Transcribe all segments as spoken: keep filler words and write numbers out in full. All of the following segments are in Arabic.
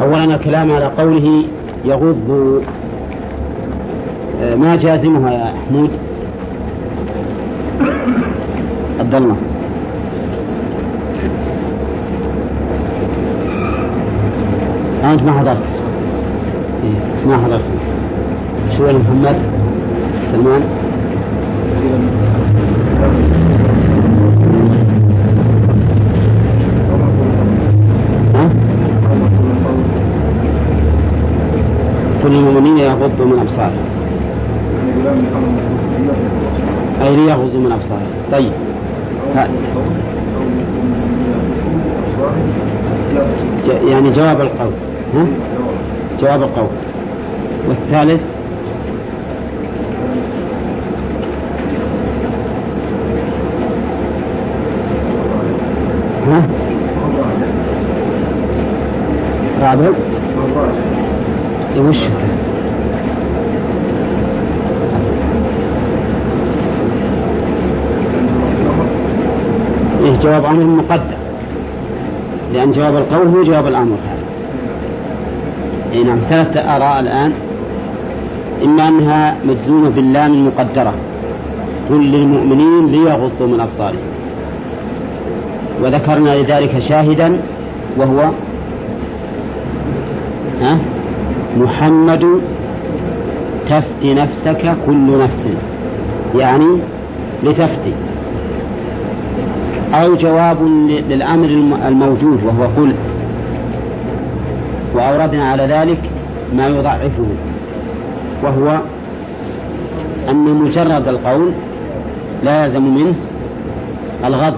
أولا الكلام على قوله يغض، ما جازمها يا حمود؟ عبد الله أنت ما حضرت ما حضرت شو محمد سلمان؟ كل المؤمنين يغضوا من أبصارهم، أي ليغضوا من أبصارهم. طيب يعني جواب القول، ها؟ جواب القول. والثالث ها؟ رابع وش إيه؟ جواب أمر مقدر، لأن جواب القول هو جواب الأمر هذا. إيه نعم. ثلاثة آراء الآن، إما أنها مجزومة باللام المقدرة قل للمؤمنين ليغضوا من أبصارهم، وذكرنا لذلك شاهدا وهو ها؟ محمد تفتي نفسك كل نفس، يعني لتفتي. أو جواب للأمر الموجود وهو قل، وأوردنا على ذلك ما يضعفه، وهو أن مجرد القول لا يلزم منه الغض،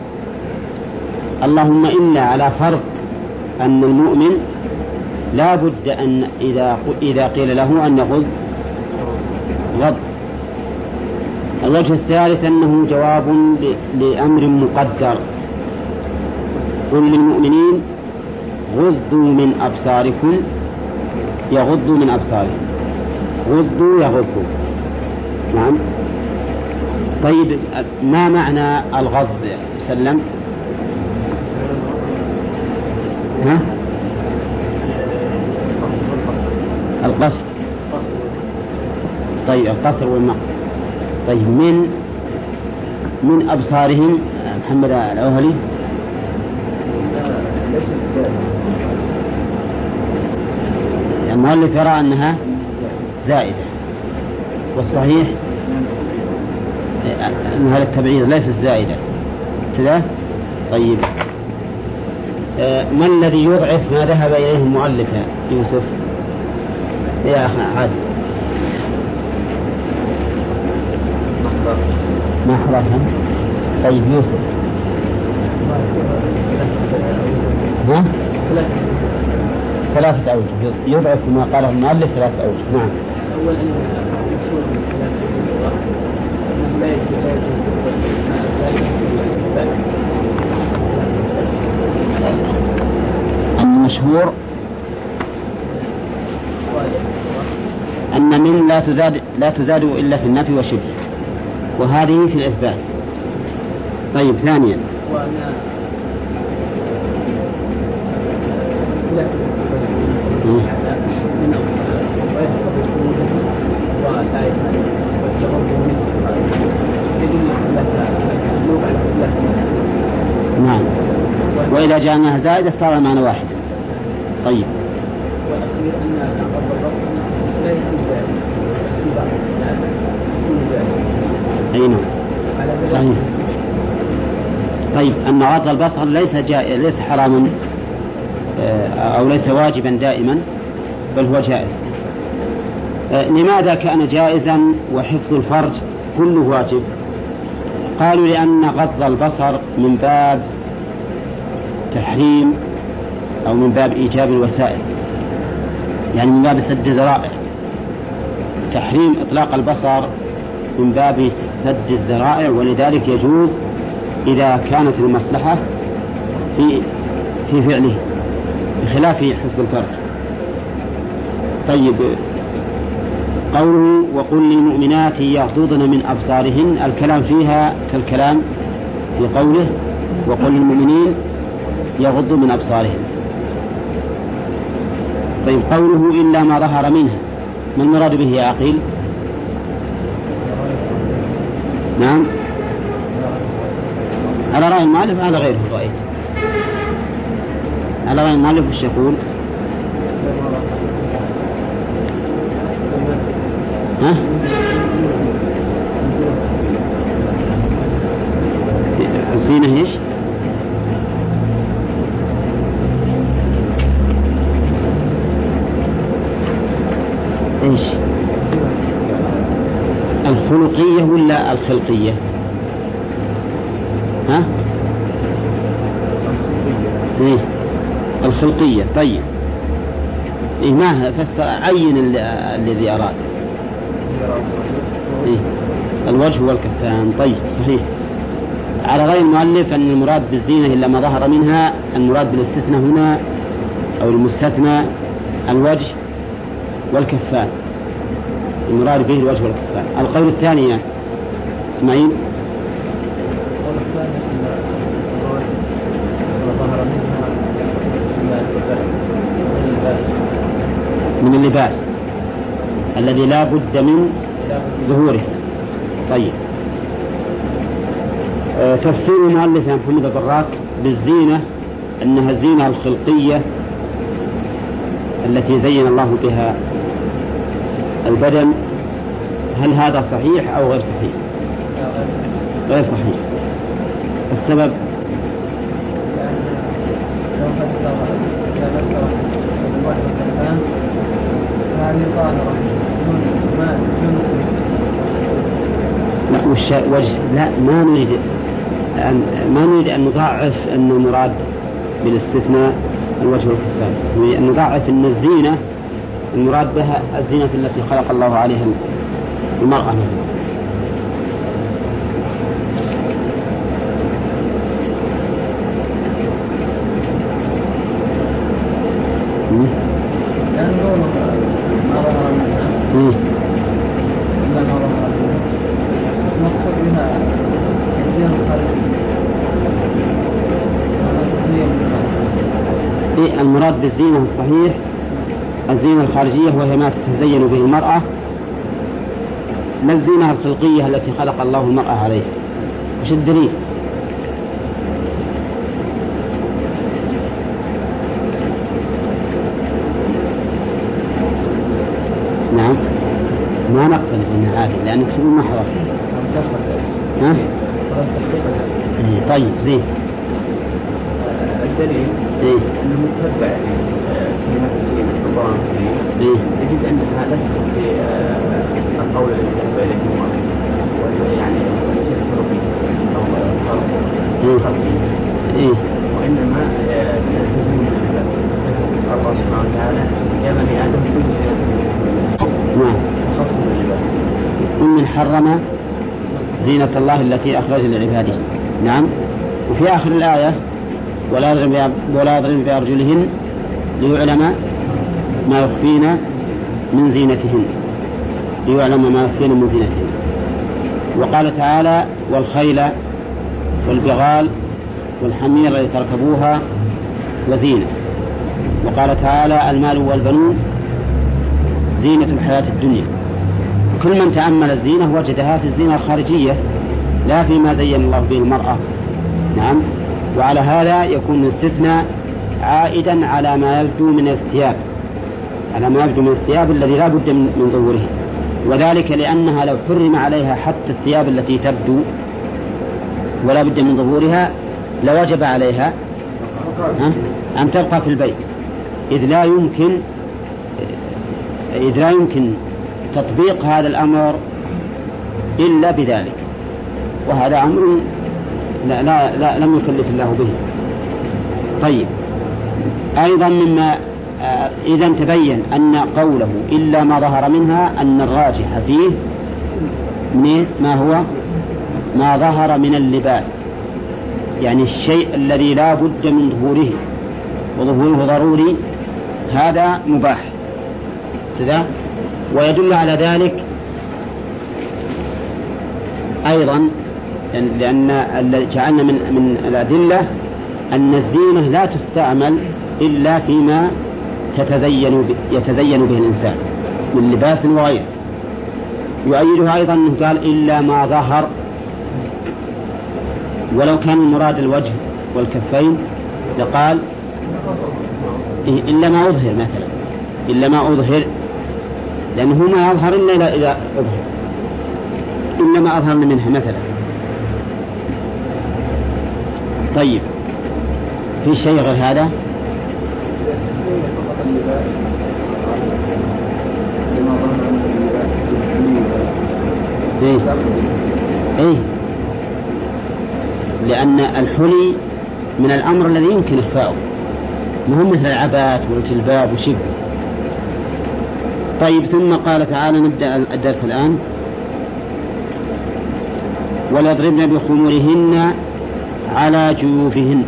اللهم إلا على فرض أن المؤمن لا بد أن إذا إذا قيل له أن يغض غض. الوجه الثالث أنه جواب لأمر مقدر قل للمؤمنين غضوا من أبصاركم يغضوا من أبصارهم، غضوا يغضوا. نعم. طيب ما معنى الغض سلم؟ ها؟ القصر. طيب القصر والنقص. طيب من من أبصارهم محمد الأوهلي؟ المؤلف يرى أنها زائدة، والصحيح أنها للتبعيض ليست زائدة سلا. طيب ما الذي يضعف ما ذهب إليه المؤلف يوسف يا أخي عادل؟ ما حرفها. طيب يوسف ها؟ ثلاثة أوجه يضعف ما قاله المؤلف، ثلاثة أوجه. نعم. أول أن المشهور أن من لا تزاد لا تزاد إلا في النفي والشبه، وهذه في الإثبات. طيب ثانيا نعم، وإذا جاءناها زائدة صار معنى واحد. طيب والأخير أن غض البصر لا يكون زائد. أي نعم صحيح. طيب أن غض البصر ليس جائز، ليس حراما أو ليس واجبا دائما، بل هو جائز. لماذا كان جائزا وحفظ الفرج كله واجب؟ قالوا لأن غض البصر من باب تحريم أو من باب إيجاب الوسائل، يعني من باب سد الذرائع. تحريم إطلاق البصر من باب سد الذرائع، ولذلك يجوز إذا كانت المصلحة في في فعله بخلاف حفظ الفرج. طيب قوله وقل للمؤمنات يغضضن من أبصارهن، الكلام فيها كالكلام في قوله وقل للمؤمنين يغضوا من أبصارهم. طيب قوله إلا ما ظهر منها ما المراد به يا عقيل؟ نعم على رأي المؤلف على غيره رأيت على رأي المؤلف وش يقول؟ ها؟ الزينة ايش؟ ايش؟ الخلقية ولا الخلقية؟ ها؟ ايه الخلقية. طيب إيه ما فسر عين الذي أراد. إيه الوجه والكفان. طيب صحيح. على رأي المؤلف أن المراد بالزينة إلا ما ظهر منها، المراد بالاستثناء هنا أو المستثنى الوجه والكفان، المراد به الوجه والكفان. القول الثاني يا إسماعيل من اللباس الذي لا بد من ظهوره. طيب أه تفسير المؤلف يا محمد البراك بالزينة أنها الزينة الخلقية التي زين الله بها البدن، هل هذا صحيح أو غير صحيح؟ غير صحيح. السبب لو فسر إذا فسر الوجه والكفان هذه ظاهرة ما لا وش وجه لا ما نريد أن ما نريد أن نضاعف أن المراد بالاستثناء الوجه والكفان، نريد أن نضاعف أن الزينة المراد بها الزينة التي خلق الله عليها المرأة. المراد بالزينة الصحيح الزينة الخارجية وهي ما تتزين به المرأة، لا الزينة الخلقية التي خلق الله المرأة عليها. وش الدليل؟ نعم ما نقبل انها عادل لأنك تقول ما حضرت. ها؟ طيب زين. الدليل إيه؟ أنه متبع كلمة الزينة في القرآن الكريم. يجب أن هذا في القول الذي ذهب إليه المؤلف يعني الزينة الخلقية أو الخلقية، وإنما تزين بالعباد. الله سبحانه وتعالى يا بني آدم كل زينة خاصة بالعباد. إن حرم زينة الله التي أخرج لعباده. نعم. وفي آخر الآية ولا يضربن بأرجلهن ليعلم ما يخفين من زينتهن ليعلم ما يخفين من زينتهن. وقال تعالى والخيل والبغال والحمير لتركبوها وزينة. وقال تعالى المال والبنون زينة الحياة الدنيا. كل من تأمل الزينة وجدها في الزينة الخارجية لا فيما زين الله به المرأة. نعم. وعلى هذا يكون الاستثناء عائدا على ما يبدو من الثياب على ما يبدو من الثياب الذي لا بد من ظهوره، وذلك لأنها لو حرم عليها حتى الثياب التي تبدو ولا بد من ظهورها لوجب عليها أن تبقى في البيت، إذ لا يمكن إذ لا يمكن تطبيق هذا الأمر إلا بذلك، وهذا أمر لا لا لا لم يكلف الله به. طيب أيضا مما إذا تبين أن قوله إلا ما ظهر منها أن الراجح فيه من ما هو ما ظهر من اللباس، يعني الشيء الذي لا بد من ظهوره وظهوره ضروري هذا مباح كذا. ويدل على ذلك أيضا لأن جعلنا من من الأدلة أن الزينة لا تستعمل إلا فيما تتزين يتزين به الإنسان من لباس وغيره. يؤيدها أيضا أنه قال إلا ما ظهر، ولو كان المراد الوجه والكفين لقال إلا ما أظهر مثلا، إلا ما أظهر، لأنه ما يظهر إلا إذا أظهر، إلا ما أظهرنا منها مثلا. طيب في شيء غير هذا؟ إيه؟ إيه؟ لأن الحلي من الأمر الذي يمكن إخفاؤه، مهم مثل العبات والجلباب وشبه. طيب ثم قال تعالى، نبدأ الدرس الآن. وليضربن بخمورهن على جيوبهن.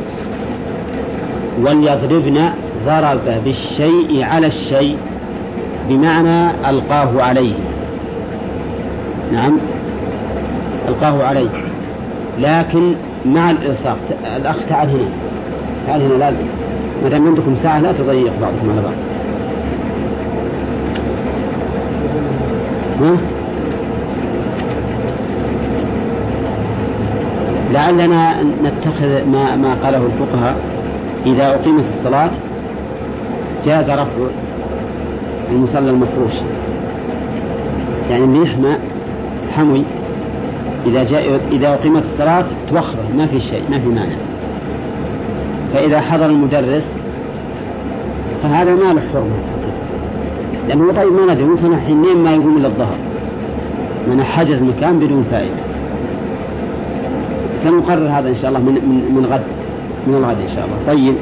وليضربن ضرب بالشيء على الشيء بمعنى ألقاه عليه، نعم ألقاه عليه، لكن مع الإلصاق. الأخ تعال هنا، تعال هنا، لا ما دام عندكم ساعة لا تضيق بعضكم على بعض. ها؟ لعلنا نتخذ ما, ما قاله الفقهاء: إذا أقيمت الصلاة جاز رفع المصلى المفروش، يعني اللي يحمى حمي إذا جاء إذا أقيمت الصلاة توخره، ما في شيء، ما في مانع. فإذا حضر المدرس فهذا ما له حرمة، لأنه طيب ما ندري مثلا حينين ما يقوم إلا الظهر، من حجز مكان بدون فائدة. سنقرر هذا إن شاء الله من من من غد من الغد إن شاء الله. طيب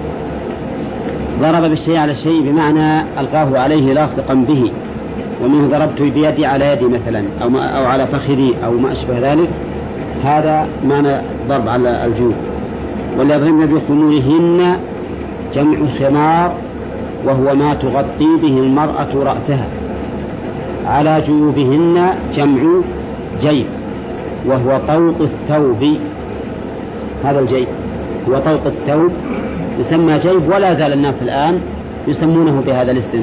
ضرب بالشيء على الشيء بمعنى ألقاه عليه لاصقا به، ومنه ضربت بيدي على يدي مثلا، أو ما أو على فخذي أو ما أشبه ذلك، هذا معنى ضرب على الجيوب. وليضربن بخمورهن جمع خمار، وهو ما تغطي به المرأة رأسها. على جيوبهن جمع جيب، وهو طوق الثوب. هذا الجيب هو طوق الثوب، يسمى جيب، ولا زال الناس الآن يسمونه بهذا الاسم.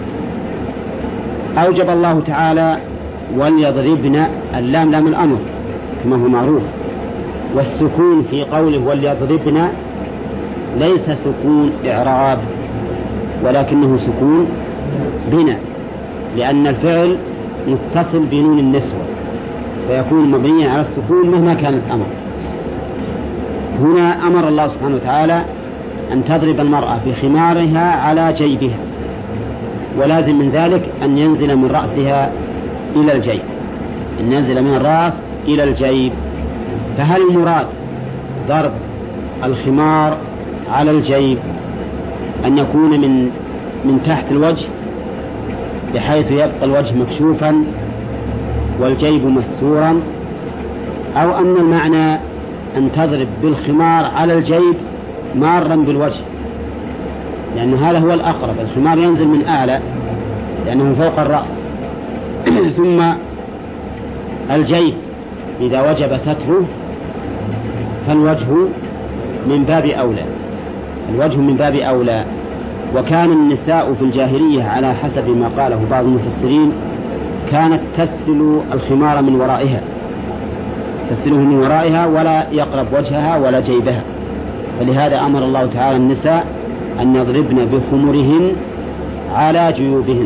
أوجب الله تعالى وليضربن، اللام لام الأمر كما هو معروف، والسكون في قوله وليضربن ليس سكون إعراب، ولكنه سكون بناء، لأن الفعل متصل بنون النسوة فيكون مبنيا على السكون مهما كان الأمر. هنا أمر الله سبحانه وتعالى أن تضرب المرأة بخمارها على جيبها، ولازم من ذلك أن ينزل من رأسها إلى الجيب، أن ينزل من الرأس إلى الجيب. فهل المراد ضرب الخمار على الجيب أن يكون من من تحت الوجه بحيث يبقى الوجه مكشوفا والجيب مستورا، أو أن المعنى أن تضرب بالخمار على الجيب مارا بالوجه؟ لأن هذا هو الأقرب، الخمار ينزل من أعلى لأنه فوق الرأس. ثم الجيب إذا وجب ستره فالوجه من باب أولى، الوجه من باب أولى. وكان النساء في الجاهلية على حسب ما قاله بعض المفسرين كانت تسدل الخمار من ورائها، تسدله من ورائها ولا يقرب وجهها ولا جيبها، فلهذا أمر الله تعالى النساء أن يضربن بخمرهن على جيوبهن.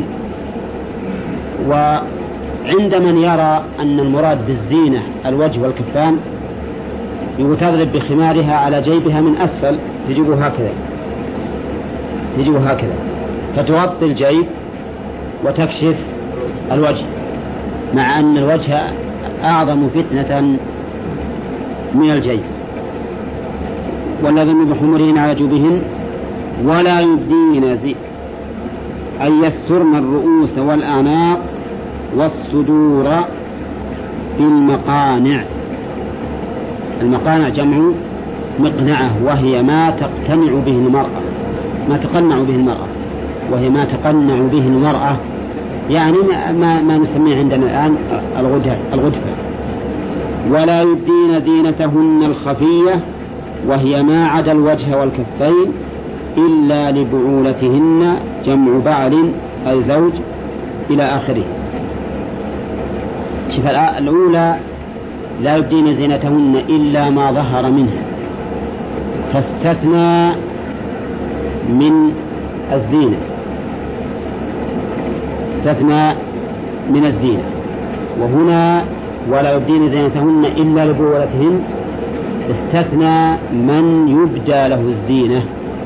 وعند من يرى أن المراد بالزينة الوجه والكفان يتضرب بخمارها على جيبها من أسفل، تجيبه هكذا تجيبه هكذا فتغطي الجيب وتكشف الوجه، مع أن الوجه أعظم فتنة من الجيب. والذين بخمرهن على جيوبهن ولا يبدين زي أي يسترن الرؤوس والأعناق والصدور بالمقانع. المقانع جمع مقنعة، وهي ما تقتنع به المرأة، ما تقنع به المرأة، وهي ما تقنع به المرأة، يعني ما, ما نسميه عندنا الآن الغدفة. ولا يبدين زينتهن الخفية، وهي ما عدا الوجه والكفين إلا لبعولتهن جمع بعل أي زوج إلى آخره. شوف الأولى لا يبدين زينتهن إلا ما ظهر منها، فاستثنى من الزينة، استثنى من الزينة. وهنا ولا يبدين زينتهن إلا لبعولتهن استثنى من يبدى له الزينة،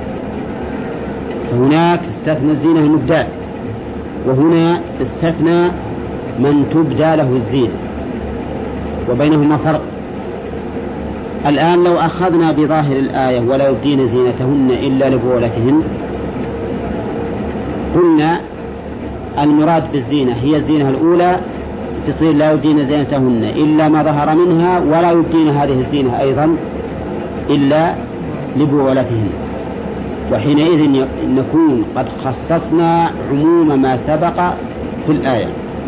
فهناك استثنى الزينة المبداة، وهنا استثنى من تبدى له الزينة، وبينهما فرق. الآن لو أخذنا بظاهر الآية ولا يبدين زينتهن إلا لبعولتهن، قلنا المراد بالزينة هي الزينة الأولى، تصير لا يبدين زينتهن إلا ما ظهر منها، ولا يبدين هذه الزينة أيضا إلا لبعولتهن. وحينئذ نكون قد خصصنا عموم ما سبق في الآية.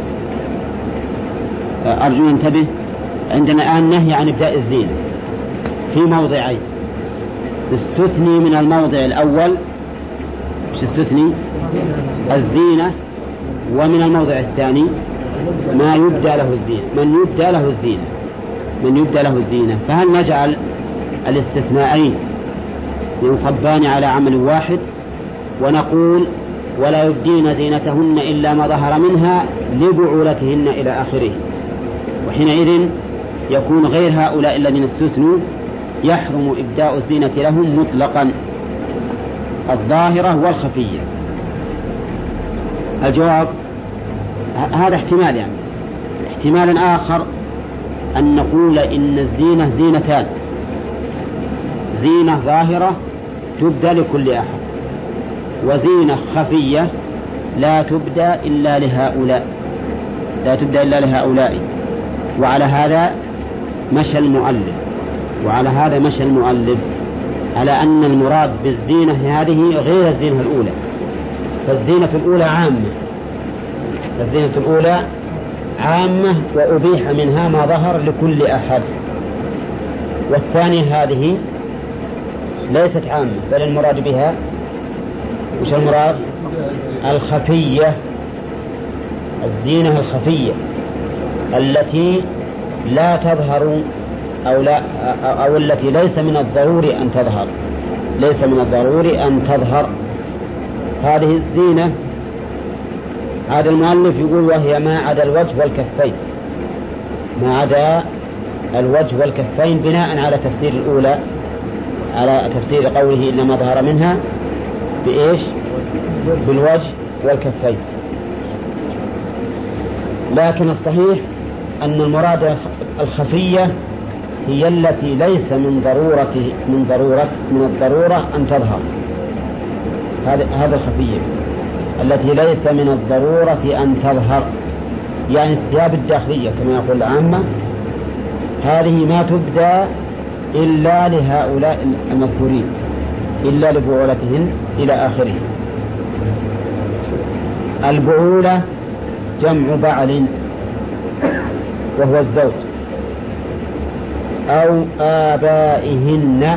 أرجو انتبه، عندنا الآن نهي عن إبداء الزينة في موضعين، استثني من الموضع الأول مش استثني الزينة، ومن الموضع الثاني ما يبدى له الزينة، من يبدى له الزينة من يبدى له الزينة. فهل نجعل الاستثناءين ينصبان على عمل واحد ونقول ولا يبدين زينتهن إلا ما ظهر منها لبعولتهن إلى آخره، وحينئذ يكون غير هؤلاء الذين استثنوا يحرم إبداء الزينة لهم مطلقا، الظاهرة والخفية؟ الجواب هذا احتمال، يعني احتمال آخر أن نقول إن الزينة زينتان، زينة ظاهرة تبدى لكل أحد، وزينة خفية لا تبدى إلا لهؤلاء لا تبدى إلا لهؤلاء. وعلى هذا مشى المؤلف وعلى هذا مشى المؤلف على أن المراد بالزينة هذه غير الزينة الأولى، فالزينة الأولى عامة الزينة الأولى عامة وأبيح منها ما ظهر لكل أحد، والثانية هذه ليست عامة، بل المراد بها وش المراد؟ الخفية، الزينة الخفية التي لا تظهر أو, لا أو التي ليس من الضروري أن تظهر ليس من الضروري أن تظهر هذه الزينة. هذا المؤلف يقول وهي ما عدا الوجه والكفين، ما عدا الوجه والكفين بناء على تفسير الأولى، على تفسير قوله إنما ظهر منها بإيش؟ بالوجه والكفين. لكن الصحيح أن المراد الخفية هي التي ليس من ضرورة من ضرورة من الضرورة أن تظهر، هذا هذا الخفية التي ليس من الضرورة أن تظهر، يعني الثياب الداخلية كما يقول العامة، هذه ما تبدى إلا لهؤلاء المذكورين إلا لبعولتهن إلى آخره. البعولة جمع بعل وهو الزوج، أو آبائهن،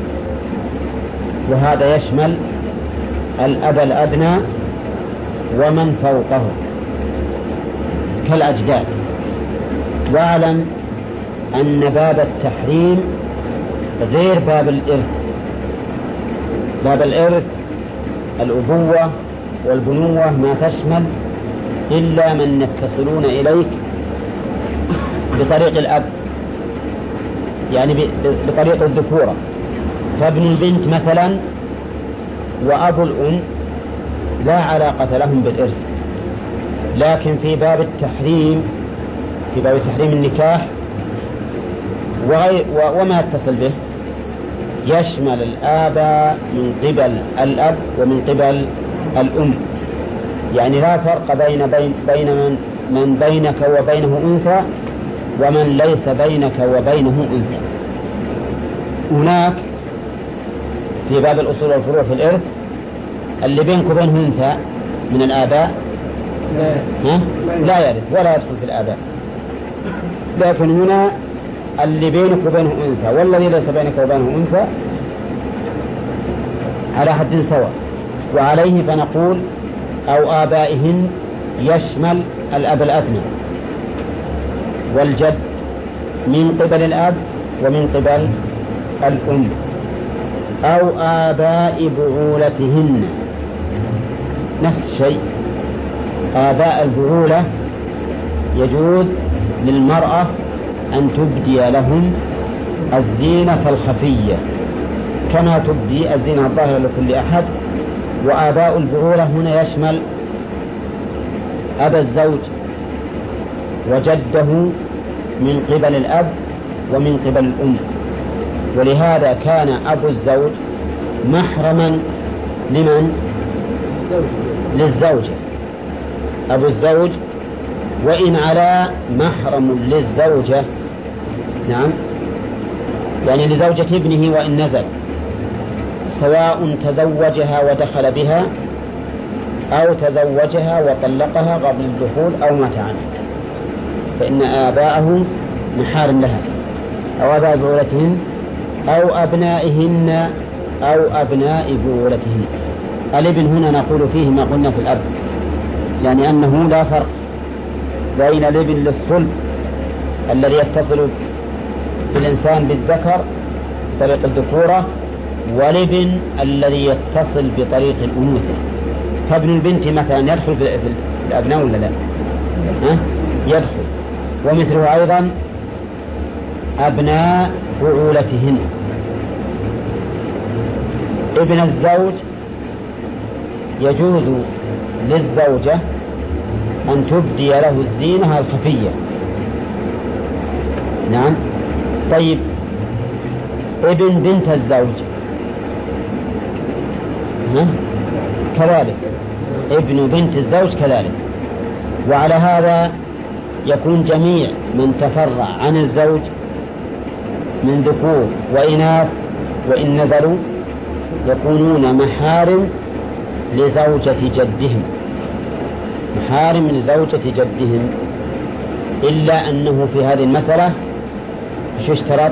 وهذا يشمل الأب الأدنى ومن فوقه كالأجداد. واعلم أن باب التحريم غير باب الإرث. باب الإرث الأبوة والبنوة ما تشمل إلا من يتصلون إليك بطريق الأب، يعني بطريق الذكورة، فابن البنت مثلا وأبو الأم لا علاقة لهم بالإرث. لكن في باب التحريم في باب تحريم النكاح وغير وما يتصل به يشمل الآباء من قبل الأب ومن قبل الأم، يعني لا فرق بين بين بين من من بينك وبينه أنثى ومن ليس بينك وبينه أنثى. هناك في باب الأصول والفروع في الإرث اللي بينك وبينه أنثى من الآباء لا, لا يرث ولا يدخل في الآباء، لكن هنا اللي بينك وبينه أنثى والذي ليس بينك وبينه أنثى على حد سواء. وعليه فنقول أو آبائهن يشمل الأب الأدنى والجد من قبل الأب ومن قبل الأم، أو آباء بعولتهن نفس الشيء. آباء البعولة يجوز للمرأة أن تبدي لهم الزينة الخفية كما تبدي الزينة الظاهرة لكل أحد. وآباء البعولة هنا يشمل أبا الزوج وجده من قبل الأب ومن قبل الأم. ولهذا كان أبو الزوج محرما لمن؟ للزوجة. أبو الزوج وإن على محرم للزوجة، نعم، يعني لزوجة ابنه وإن نزل، سواء تزوجها ودخل بها أو تزوجها وطلقها قبل الدخول أو مات عنها، فإن آباءه محارم لها، أو آباء بعولتهن أو أبنائهن أو أبناء بعولتهن. الابن هنا نقول فيه ما قلنا في الأب، يعني أنه لا فرق بين الابن للصلب الذي يتصل بالإنسان بالذكر بطريق الذكورة والابن الذي يتصل بطريق الأنوثة. فابن البنت مثلا يدخل في الأبناء ولا لا؟ أه؟ يدخل. ومثله أيضا أبناء بعولتهن. ابن الزوج يجوز للزوجة أن تبدي له الزينة الخفية، نعم. طيب ابن بنت الزوج ها؟ كذلك ابن بنت الزوج كذلك. وعلى هذا يكون جميع من تفرع عن الزوج من ذكور وإناث وإن نزلوا يكونون محارم لزوجة جدهم، محارم لزوجة جدهم، إلا أنه في هذه المسألة شو يشترط؟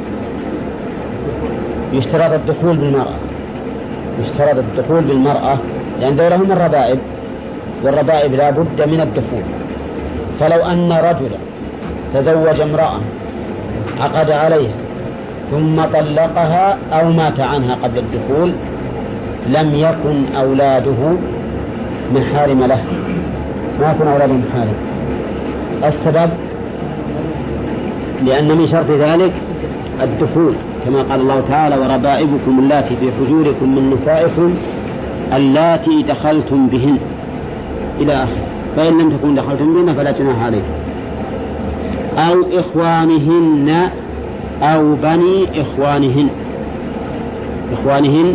يشترط الدخول بالمرأة، يشترط الدخول بالمرأة، لأن دولة هم الربائب، والربائب لا بد من الدخول. فلو أن رجلا تزوج امرأة عقد عليها ثم طلقها أو مات عنها قبل الدخول لم يكن أولاده محارم له، ما يكون أولاده محارم. السبب لأن من شرط ذلك الدخول، كما قال الله تعالى: وربائبكم اللاتي في حجوركم من نسائكم اللاتي دخلتم بهن إلى آخره، فإن لم تكونوا دخلتم بهن فلا جناح عليكم. أو إخوانهن أو بني إخوانهن. إخوانهن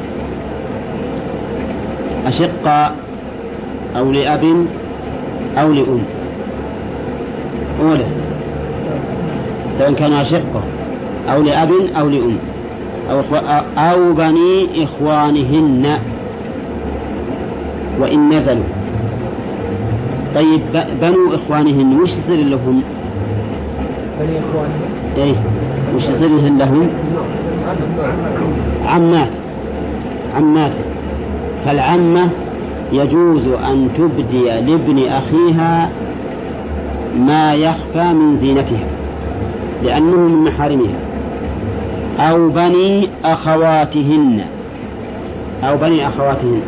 أشقاء أو لأب أو لأم، أولا سواء كانوا أشقاء أو لأب أو لأم، أو, أو بني إخوانهن وإن نزلوا. طيب بنو إخوانهن وش يصير لهم؟ بني إخوانهن إيه وش يصير لهم؟ عمات، عمات. فالعمة يجوز أن تبدي لابن أخيها ما يخفى من زينتها لأنه من محارمها. أو بني أخواتهن، أو بني أخواتهن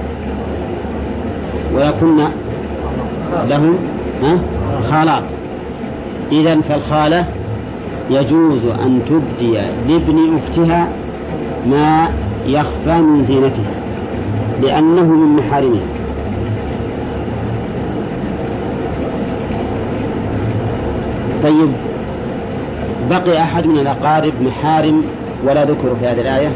ويكون لهم خالات. إذن فالخالة يجوز أن تبدي لابن أختها ما يخفى من زينتها لأنه من محارمها. طيب بقي أحد من الأقارب محارم ولا ذكر في هذه الآية؟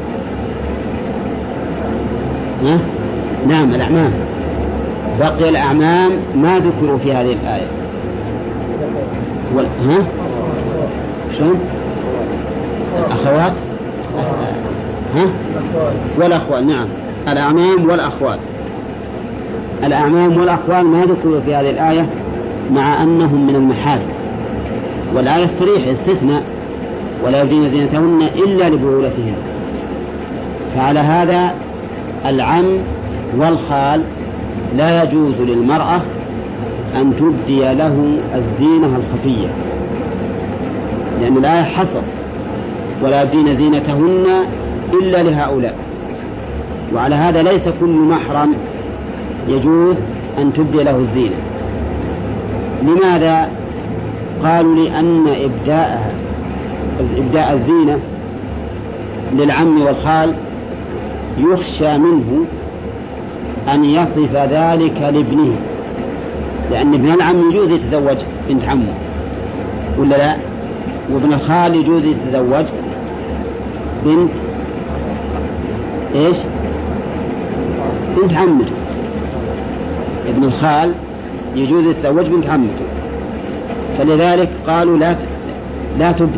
ها؟ نعم الأعمام. بقي الأعمام ما ذكروا في هذه الآية. وال... ها؟ شلون؟ الأخوات؟ ها؟ والأخوال. نعم الأعمام والأخوال. الأعمام والأخوال ما ذكروا في هذه الآية مع أنهم من المحارم، والآية الصريحة استثناء: ولا يبدين زينتهن إلا لبعولتهن. فعلى هذا العم والخال لا يجوز للمرأة أن تبدي له الزينة الخفية، لأن الآية حصر ولا يبدين زينتهن إلا لهؤلاء. وعلى هذا ليس كل محرم يجوز أن تبدي له الزينة. لماذا؟ قالوا لأن إبداء إبداء الزينة للعم والخال يخشى منه أن يصف ذلك لابنه، لأن ابن العم يجوز يتزوج بنت عمه ولا لا؟ وابن الخال يجوز يتزوج بنت إيش؟ بنت عمته. ابن الخال يجوز يتزوج بنت عمته، فلذلك قالوا لا لا تبدي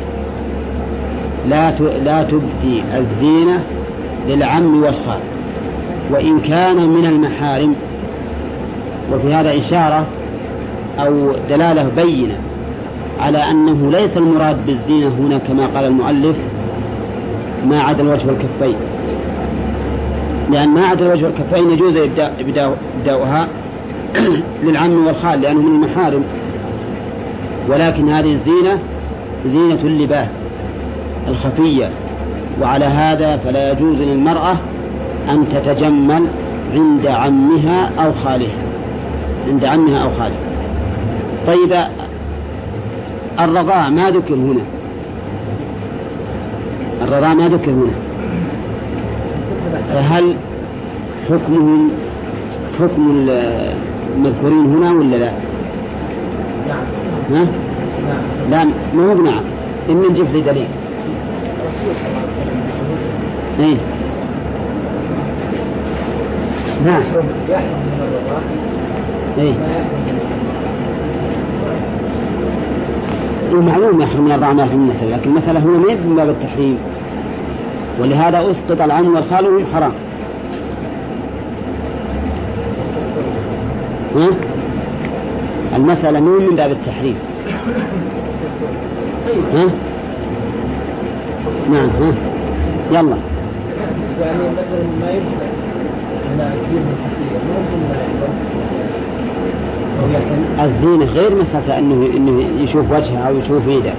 لا لا تبدي الزينة للعم والخال وإن كان من المحارم. وفي هذا إشارة أو دلالة بينة على أنه ليس المراد بالزينة هنا كما قال المؤلف ما عدا الوجه والكفين، لأن ما عدا الوجه والكفين يجوز إبداؤها للعم والخال لأنه من المحارم، ولكن هذه الزينة زينة اللباس الخفية، وعلى هذا فلا يجوز للمرأة أن تتجمل عند عمها أو خالها عند عمها أو خالها. طيب الرضاع ما ذكر هنا، الرضاع ما ذكر هنا، هل حكمهم حكم المذكورين هنا ولا لا؟ ها؟ لا ما هو نعم، إن نجيب لي دليل. إيه نعم إيه معلوم يحرم من الرضاعة ما يحرم من النسب، لكن المسألة هنا ما يبدو من باب التحريم، ولهذا أسقط العم والخال وهم حرام. ها؟ المسألة مو من باب التحريم. ها؟ نعم ها؟ يلا. يعني مثلا ما يبقى على الزينة الخفية ممكن ما يحرم. الزينة غير مسألة إنه إنه يشوف وجهها أو يشوف يده.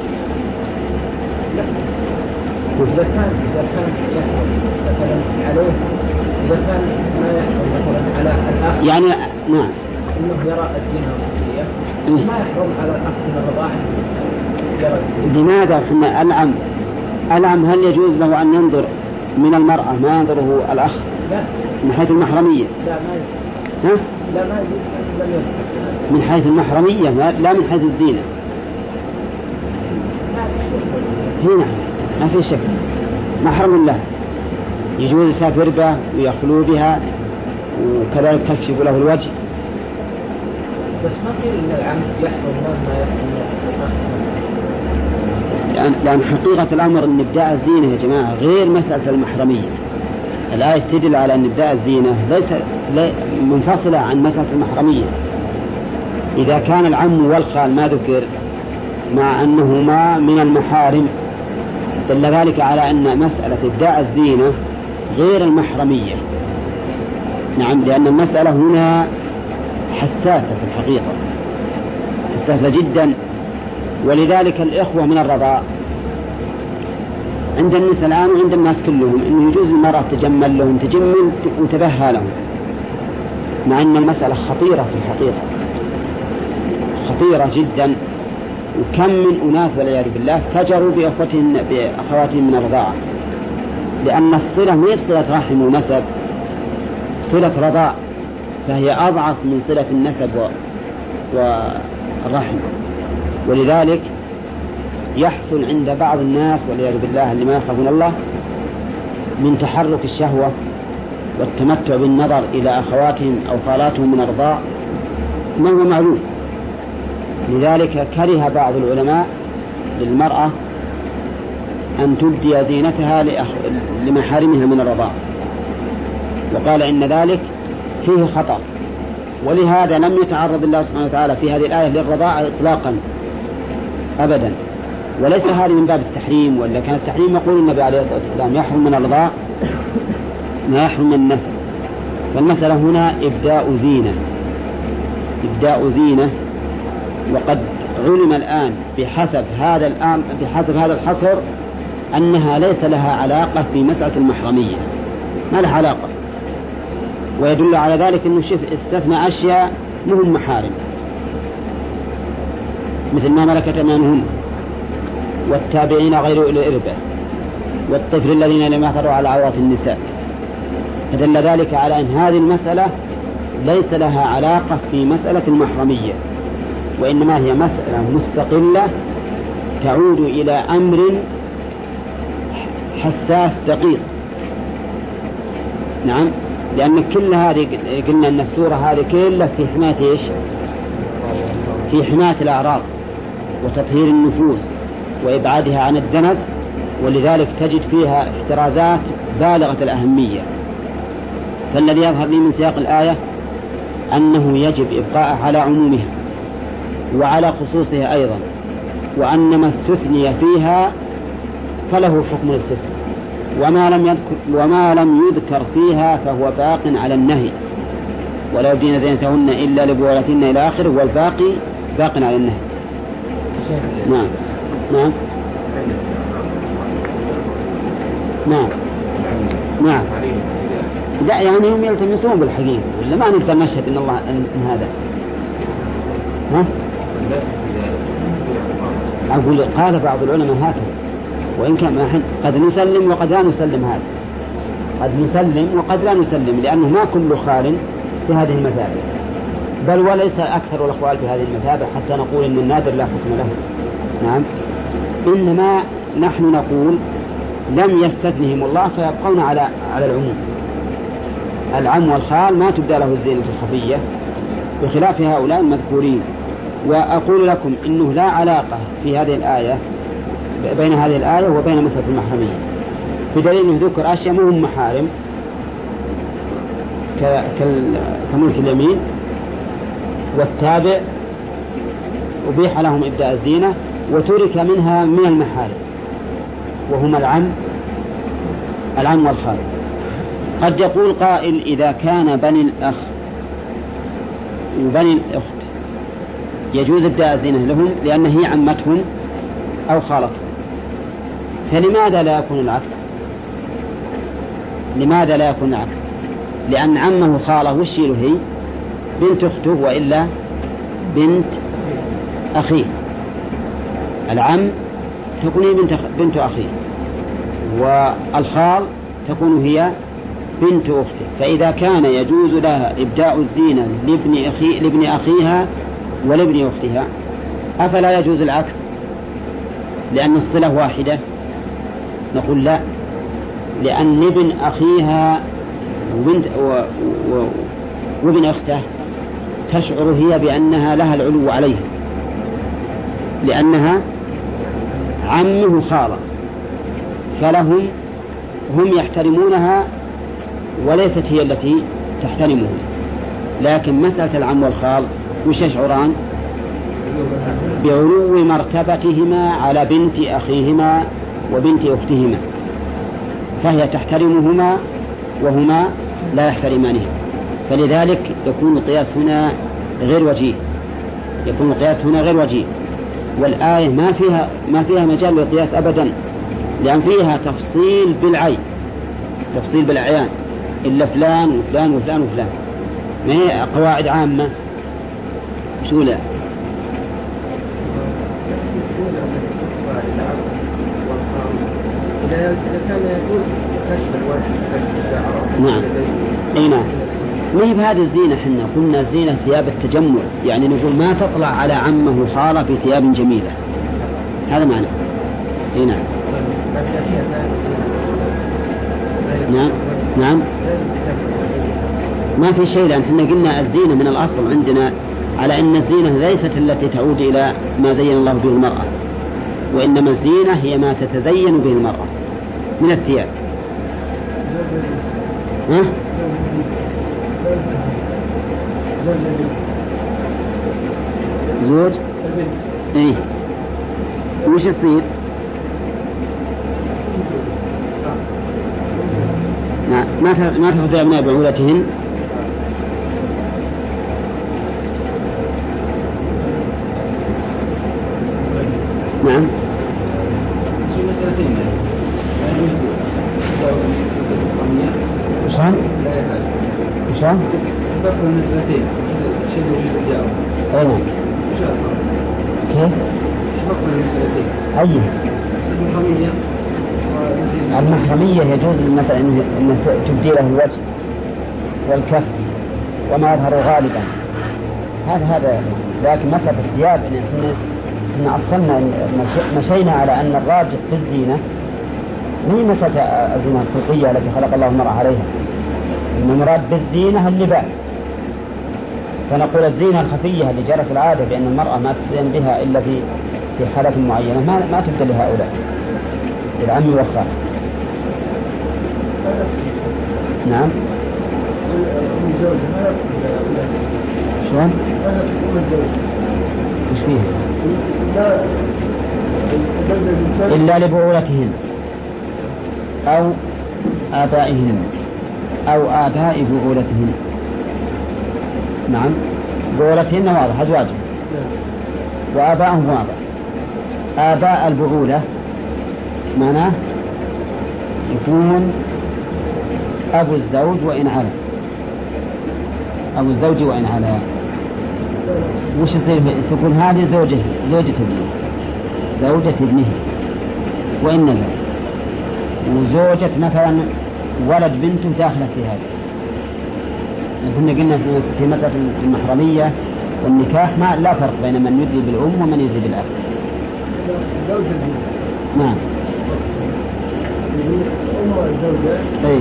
إذا كان إذا كان يحرم مثلا عليه، إذا كان ما يحرم مثلا على الأخ يعني نعم إنه يرى الزينة الخفية ما يحرم على الأخ من الرضاعة. لماذا؟ حنا العم العم هل يجوز له أن ينظر من المرأة ما ينظره الأخ؟ لا. من حيث المحرمية؟ لا ما يجوز. ها؟ لا ما يجوز لم يجوز. من حيث المحرمية لا من حيث الزينة. هنا ما في شك محرم له، يجوز يسافر به ويخلو بها وكذلك تكشف له الوجه. بس ما قيل إن العم يحرم ما يحرم الأخ. لأن, لأن حقيقة الأمر أن إبداء الزينة يا جماعة غير مسألة المحرمية. الآية تدل على أن إبداء الزينة ليس منفصلة عن مسألة المحرمية. إذا كان العم والخال ما ذكر مع أنهما من المحارم دل ذلك على أن مسألة إبداء الزينة غير المحرمية. نعم، لأن المسألة هنا حساسة في الحقيقة، حساسة جدا. ولذلك الإخوة من الرضاع عند النساء الآن وعند الناس كلهم إنه يجوز المرأة تجمل لهم تجمل وتبهى لهم، مع أن المسألة خطيرة في الحقيقة، خطيرة جدا. وكم من أناس والعياذ بالله فجروا بأخواتهم بأخواتهم من الرضاعة، لأن الصلة ما هي صلة رحم ونسب، صلة رضاع، فهي أضعف من صلة النسب والرحم. ولذلك يحصل عند بعض الناس والعياذ بالله اللي ما يخافون الله من تحرك الشهوة والتمتع بالنظر إلى أخواتهم أو خالاتهم من الرضاع ما هو معلوم. لذلك كره بعض العلماء للمرأة أن تبدي زينتها لأخ... لمحارمها من الرضاع، وقال إن ذلك فيه خطأ. ولهذا لم يتعرض الله سبحانه وتعالى في هذه الآية للرضاعة إطلاقا أبدا. وليس هذا من باب التحريم، ولا كان التحريم يقول النبي عليه الصلاة والسلام يحرم من الرضاع ما يحرم من النسب. فالمسألة هنا إبداء زينة إبداء زينة وقد علم الآن بحسب هذا الآن بحسب هذا الحصر أنها ليس لها علاقة في مسألة المحرمية، ما لها علاقة. ويدل على ذلك أنه شف استثنى أشياء مهم محارم، مثل ما ملكت أيمانهم والتابعين غير أولي الإربة والطفل الذين لم يحضروا على عورات النساء. فدل ذلك على أن هذه المسألة ليس لها علاقة في مسألة المحرمية، وإنما هي مسألة مستقلة تعود إلى أمر حساس دقيق. نعم، لأن كل هذه قلنا أن السورة هذه كلها في حماية إيش؟ في حماية الأعراض وتطهير النفوس وإبعادها عن الدنس، ولذلك تجد فيها احترازات بالغة الأهمية. فالذي يظهر لي من سياق الآية أنه يجب إبقاء على عمومها وعلى خصوصها أيضا، وأن ما استثني فيها فله حكم الاستثناء، وما لم يذكر وما لم يذكر فيها فهو باق على النهي، ولا يبدين زينتهن إلا لبعولتهن إلى آخره، والباقي باق على النهي. نعم نعم نعم نعم لا، يعني هم يلتمسون بالحقيقة، ولا ما نقدر نشهد إن الله إن هذا ها؟ أقول قال بعض العلماء هكذا، وإن كان ما قد نسلم وقد لا نسلم هذا، قد نسلم وقد لا نسلم، لأنه ما كل خال في هذه المثابة، بل وليس أكثر الأخوال في هذه المثابة حتى نقول إن النادر لا حكم له. نعم، إنما نحن نقول لم يستثنهم الله فيبقون على على العموم. العم والخال ما تبدأ له الزينة الخفية بخلاف هؤلاء المذكورين. وأقول لكم إنه لا علاقة في هذه الآية بين هذه الآية وبين مسألة المحرمية، بدليل أنه ذكر أشياء مهم محارم كملك اليمين والتابع أبيح لهم إبداء الزينة، وترك منها من المحارم وهما العم العم والخال. قد يقول قائل إذا كان بني الأخ وبني الأخت يجوز إبداء الزينة لهم لأن هي عمتهم أو خالتهم، فلماذا لا يكون العكس؟ لماذا لا يكون العكس؟ لأن عمه خاله وشيله هي بنت أخته وإلا بنت أخيه. العم تكون هي بنت, بنت أخيه، والخال تكون هي بنت أخته. فإذا كان يجوز لها إبداء الزينة لابن, أخي لابن أخيها ولابن أختها، أفلا يجوز العكس لأن الصلة واحدة؟ نقول لا، لأن ابن أخيها وبنت و... و... وابن أخته تشعر هي بأنها لها العلو عليها، لأنها عمه خالة، فلهم هم يحترمونها وليست هي التي تحترمه. لكن مسألة العم والخال وش يشعران؟ بعلو مرتبتهما على بنت أخيهما وبنت أختهما، فهي تحترمهما وهما لا يحترمانها. فلذلك يكون القياس هنا غير وجيه، يكون القياس هنا غير وجيه. والآية ما فيها ما فيها مجال للقياس أبدا، لأن فيها تفصيل بالعين، تفصيل بالأعيان، إلا فلان وفلان وفلان وفلان، ما هي قواعد عامة. شو لا نعم اي نعم. ما هي بهذه الزينة، حنا قلنا زينة ثياب التجمل، يعني نقول ما تطلع على عمه وخاله في ثياب جميلة، هذا معنى. اي نعم نعم نعم ما في شيء، لأن حنا قلنا الزينة من الأصل عندنا على أن الزينة ليست التي تعود إلى ما زين الله به المرأة، وإنما الزينة هي ما تتزين به المرأة من الثياب. ها؟ زوج؟ ايه وش يصير؟ نعم ما ما تفضل أبناء بعولتهن. نعم. وشان؟ وشان؟ تفرق المسألتين شيء وجود الجاء. أيوة. كيف؟ تفرق المسألتين. أيه؟ المحرمية. المحرمية يجوز مثلا أن تبدي له الوجه والكف وما يظهر غالبا، هذا هذا لكن مسألة الثياب إن إحنا إحنا أصلنا مشينا على أن الراجح في الزينة ما هي مسألة الزينة الخلقية التي خلق الله المرأة عليها، إن المراد بالزينة اللباس. فنقول الزينة الخفية اللي جرت العادة بأن المرأة ما تزين بها إلا في في حالة معينة ما ما تبدأ لهؤلاء العم والخال. نعم. شلون؟ وش فيه؟ إلا لبعولتهن أو آبائهن أو آباء بعولتهن. نعم. بعولتهن واضح أزواجهن وآباءهم واضح. آباء البعولة معناه يكون أبو الزوج وإن علا، أبو الزوج وإن علا. وش يصير؟ تكون هذه زوجه زوجة ابنه زوجة ابنه وإن نزل، وزوجة مثلا ولد بنته داخلة في هذا. كنا قلنا في مسألة المحرمية والنكاح ما لا فرق بين من يدري بالأم ومن يدري بالأب. نعم. أي.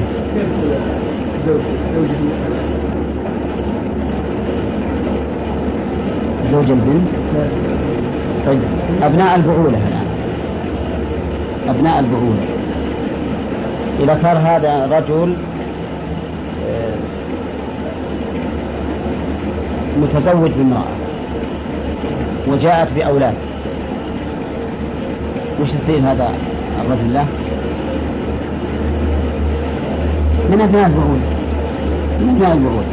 زوج البنت. طيب أبناء البعولة الآن، أبناء البعولة إذا صار هذا رجل متزوج بامرأة وجاءت بأولاد، وش يصير هذا الرجل له؟ من أبناء البعولة، من أبناء البعولة.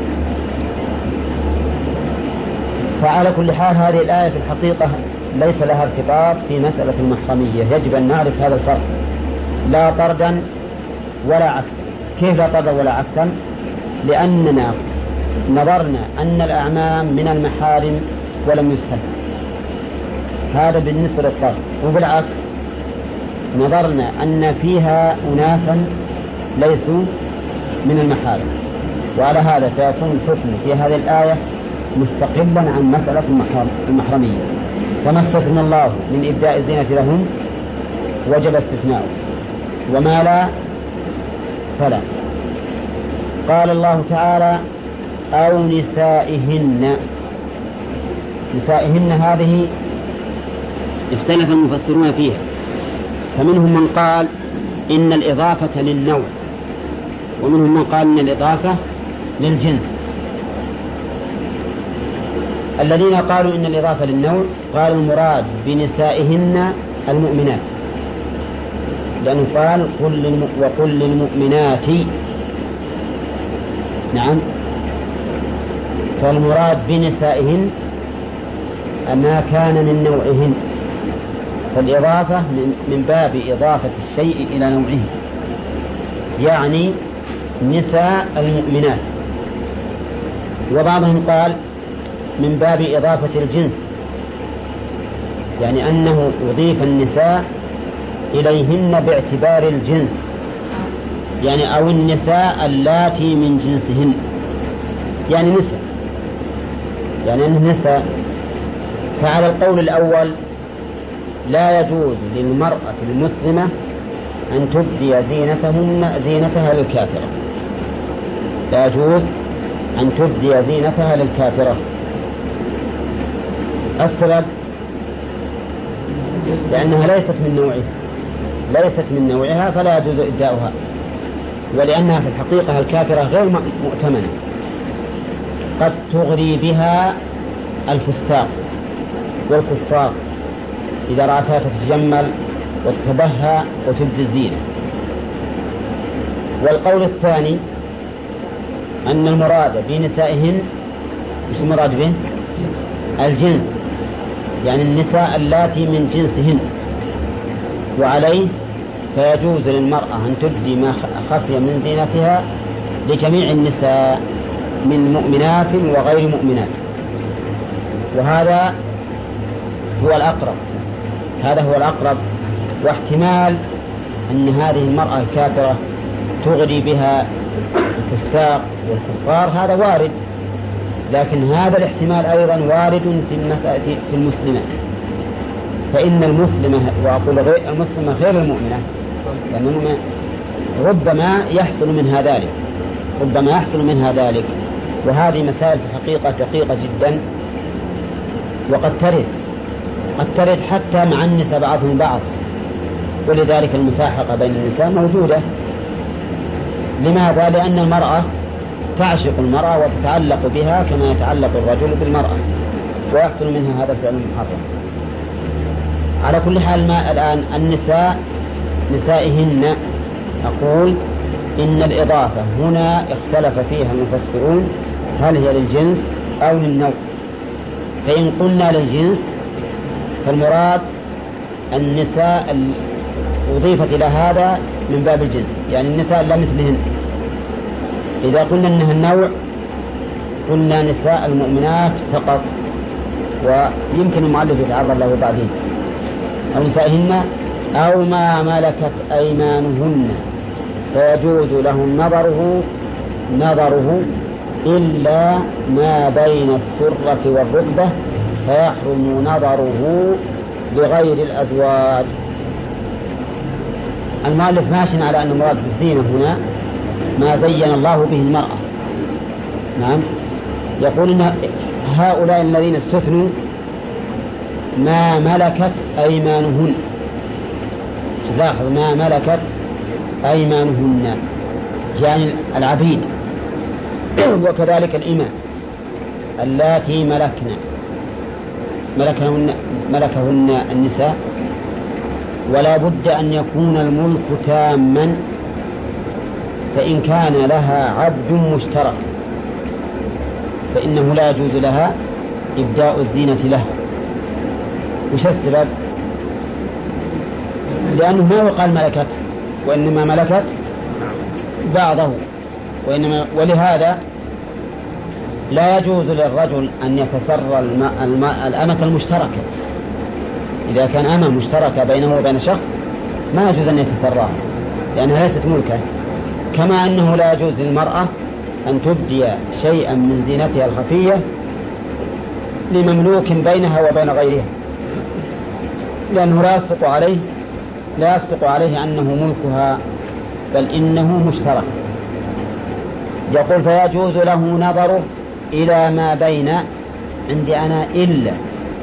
فعلى كل حال هذه الآية في الحقيقة ليس لها ارتباط في مسألة المحرمية، يجب أن نعرف هذا الفرق، لا طردا ولا عكسا. كيف لا طردا ولا عكسا؟ لأننا نظرنا أن الأعمام من المحارم ولم يستثنى، هذا بالنسبة للطرد. وبالعكس نظرنا أن فيها أناسا ليسوا من المحارم، وعلى هذا فيكون الحكم في هذه الآية مستقلا عن مسألة المحرمية. فما استثنى الله من إبداء الزينة لهم وجب استثناؤه، وما لا فلا. قال الله تعالى أو نسائهن. نسائهن هذه اختلف المفسرون فيها، فمنهم من قال إن الإضافة للنوع، ومنهم من قال إن الإضافة للجنس. الذين قالوا إن الإضافة للنوع قالوا المراد بنسائهن المؤمنات، لأنه قال قل للم... وقل للمؤمنات. نعم. فالمراد بنسائهن ما كان من نوعهن، فالإضافة من, من باب إضافة الشيء إلى نوعه، يعني نساء المؤمنات. وبعضهم قال من باب إضافة الجنس، يعني أنه أضيف النساء إليهن باعتبار الجنس، يعني أو النساء اللاتي من جنسهن، يعني نساء، يعني أنه نساء. فعلى القول الأول لا يجوز للمرأة المسلمة أن تبدي زينتهن زينتها للكافرة، لا يجوز أن تبدي زينتها للكافرة. السبب لأنها ليست من نوعها، ليست من نوعها فلا يجوز إبداؤها، ولأنها في الحقيقة الكافرة غير مؤتمنة، قد تغري بها الفساق والكفار إذا رأتها تتجمل وتتبهى وتبدي الزينة. والقول الثاني أن المراد بنسائهن مش المراد به الجنس، يعني النساء اللاتي من جنسهن، وعليه فيجوز للمرأة أن تبدي ما خفي من زينتها لجميع النساء من مؤمنات وغير مؤمنات، وهذا هو الأقرب هذا هو الأقرب واحتمال أن هذه المرأة الكافرة تغري بها الفساق والكفار هذا وارد، لكن هذا الاحتمال أيضا وارد في المسألة في المسلمة، فإن المسلمة وأقول غير المسلمة غير المؤمنة، لأنه ربما يحصل منها ذلك ربما يحصل منها ذلك وهذه مسائل في الحقيقة دقيقة جدا، وقد ترد قد ترد حتى مع النساء بعضهم بعض، ولذلك المساحقة بين النساء موجودة. لماذا؟ لأن المرأة تعشق المرأة وتتعلق بها كما يتعلق الرجل بالمرأة، ويحصل منها هذا الفعل المحرم. على كل حال ما الآن النساء نسائهن، أقول إن الإضافة هنا اختلف فيها المفسرون هل هي للجنس أو للنوع، فإن قلنا للجنس فالمراد النساء أضيفت إلى هذا من باب الجنس، يعني النساء لا مثلهن. إذا قلنا أنها النوع قلنا نساء المؤمنات فقط، ويمكن المؤلف يتعرض له بعدين، أو نسائهن أو ما ملكت أيمانهن فيجوز لهم نظره نظره إلا ما بين السرة والركبة فيحرم نظره بغير الأزواج. المؤلف ماشي على أن المراد بالزينة هنا ما زين الله به المرأة. نعم، يقول إن هؤلاء الذين استثنوا ما ملكت أيمانهن، لاحظ ما ملكت أيمانهن يعني العبيد، وكذلك الإماء اللاتي ملكنا ملكهن, ملكهن النساء، ولا بد أن يكون الملك تاما، فإن كان لها عبد مشترك فإنه لا يجوز لها إبداء الزينة له. وش السبب؟ لأنه ما يقال ملكت، وإنما ملكت بعضه، وإنما ولهذا لا يجوز للرجل أن يتسرى الأمة المشتركة. إذا كان أمة مشتركة بينه وبين شخص ما يجوز أن يتسراها لأنها ليست ملكة، كما أنه لا يجوز للمرأة أن تبدي شيئا من زينتها الخفية لمملوك بينها وبين غيرها، لأنه لا يصدق عليه لا يصدق عليه أنه ملكها، بل إنه مشترك. يقول فيجوز له نظره إلى ما بين عندي أنا إلا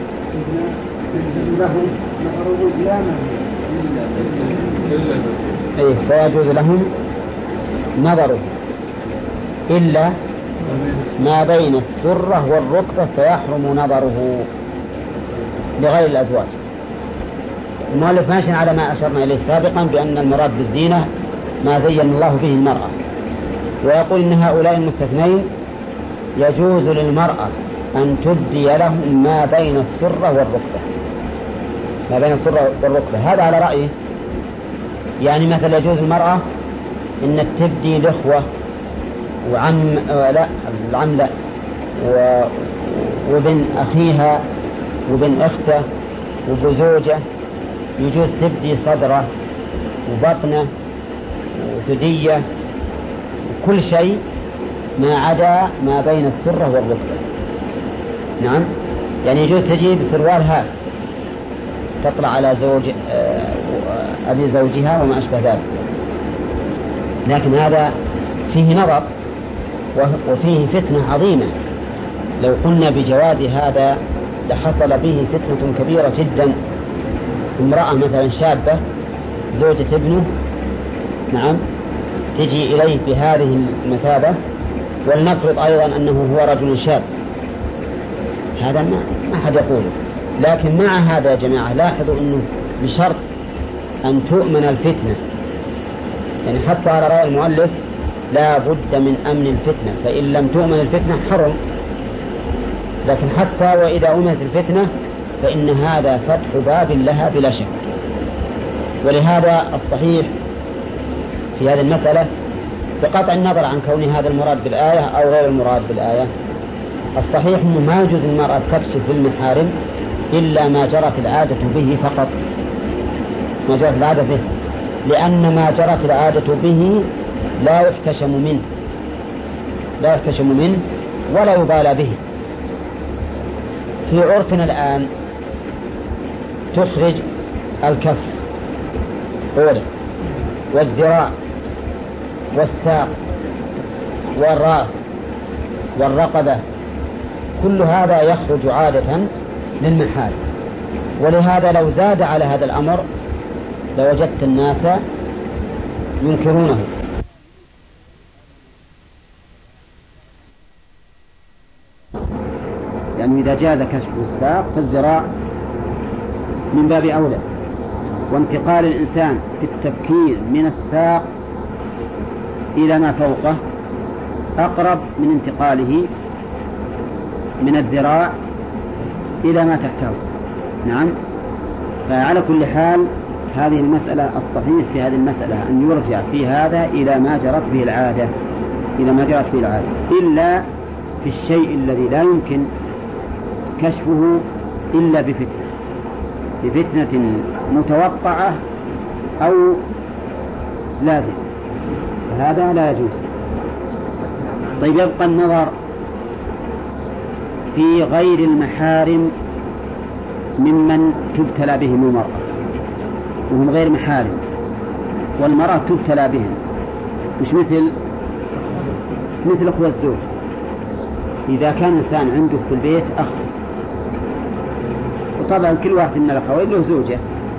إيه فيجوز لهم نظره إلا ما بين السرة والركبة فيحرم نظره لغير الأزواج. المؤلف ماشي على ما أشرنا إليه سابقا بأن المراد بالزينة ما زين الله به المرأة، ويقول إن هؤلاء المستثنين يجوز للمرأة أن تبدي لهم ما بين السرة والركبة ما بين السرة والركبة هذا على رأيه. يعني مثلا يجوز المرأة إن تبدي الإخوة وعم لا العم لا و... وبن أخيها وبن أخته وبزوجة، يجوز تبدي صدره وبطنه وثدية وكل شيء ما عدا ما بين السرة والركبة. نعم، يعني يجوز تجيب سروال هاف تطلع على زوج أبي زوجها وما أشبه ذلك، لكن هذا فيه نظر وفيه فتنة عظيمة. لو قلنا بجواز هذا لحصل به فتنة كبيرة جدا. امرأة مثلا شابة زوجة ابنه، نعم، تجي إليه بهذه المثابة، ولنفرض أيضا أنه هو رجل شاب، هذا ما ما أحد يقوله. لكن مع هذا يا جماعة لاحظوا أنه بشرط أن تؤمن الفتنة، يعني حتى على رأي المؤلف لا بد من أمن الفتنة، فإن لم تؤمن الفتنة حرم. لكن حتى وإذا أمنت الفتنة فإن هذا فتح باب لها بلا شك. ولهذا الصحيح في هذه المسألة بقطع النظر عن كون هذا المراد بالآية أو غير المراد بالآية، الصحيح أنه ما يجوز المرأة تكشف المحارم إلا ما جرت العادة به فقط، ما جرت العادة به، لأن ما جرت العادة به لا يحتشم منه لا يحتشم منه ولا يبالى به. في عرفنا الآن تخرج الكف أولا والذراع والساق والرأس والرقبة، كل هذا يخرج عادة للمحارم. ولهذا لو زاد على هذا الأمر لوجدت الناس ينكرونه. يعني إذا جاز كشف الساق في الذراع من باب أولى، وانتقال الإنسان في التفكير من الساق إلى ما فوقه أقرب من انتقاله من الذراع إلى ما تحته. نعم. فعلى كل حال هذه المسألة الصحيح في هذه المسألة أن يرجع في هذا إلى ما جرت به العادة إلى ما جرت به العادة إلا في الشيء الذي لا يمكن كشفه إلا بفتنة بفتنة متوقعة أو لازم، هذا لا يجوز. طيب يبقى النظر في غير المحارم ممن تبتلى بهم المرأة، وهم غير محارم والمرأة تبتلى بهم، مش مثل مثل أخوة الزوج. إذا كان إنسان عنده في البيت أخ، وطبعا كل واحد من الأخوين له زوجة،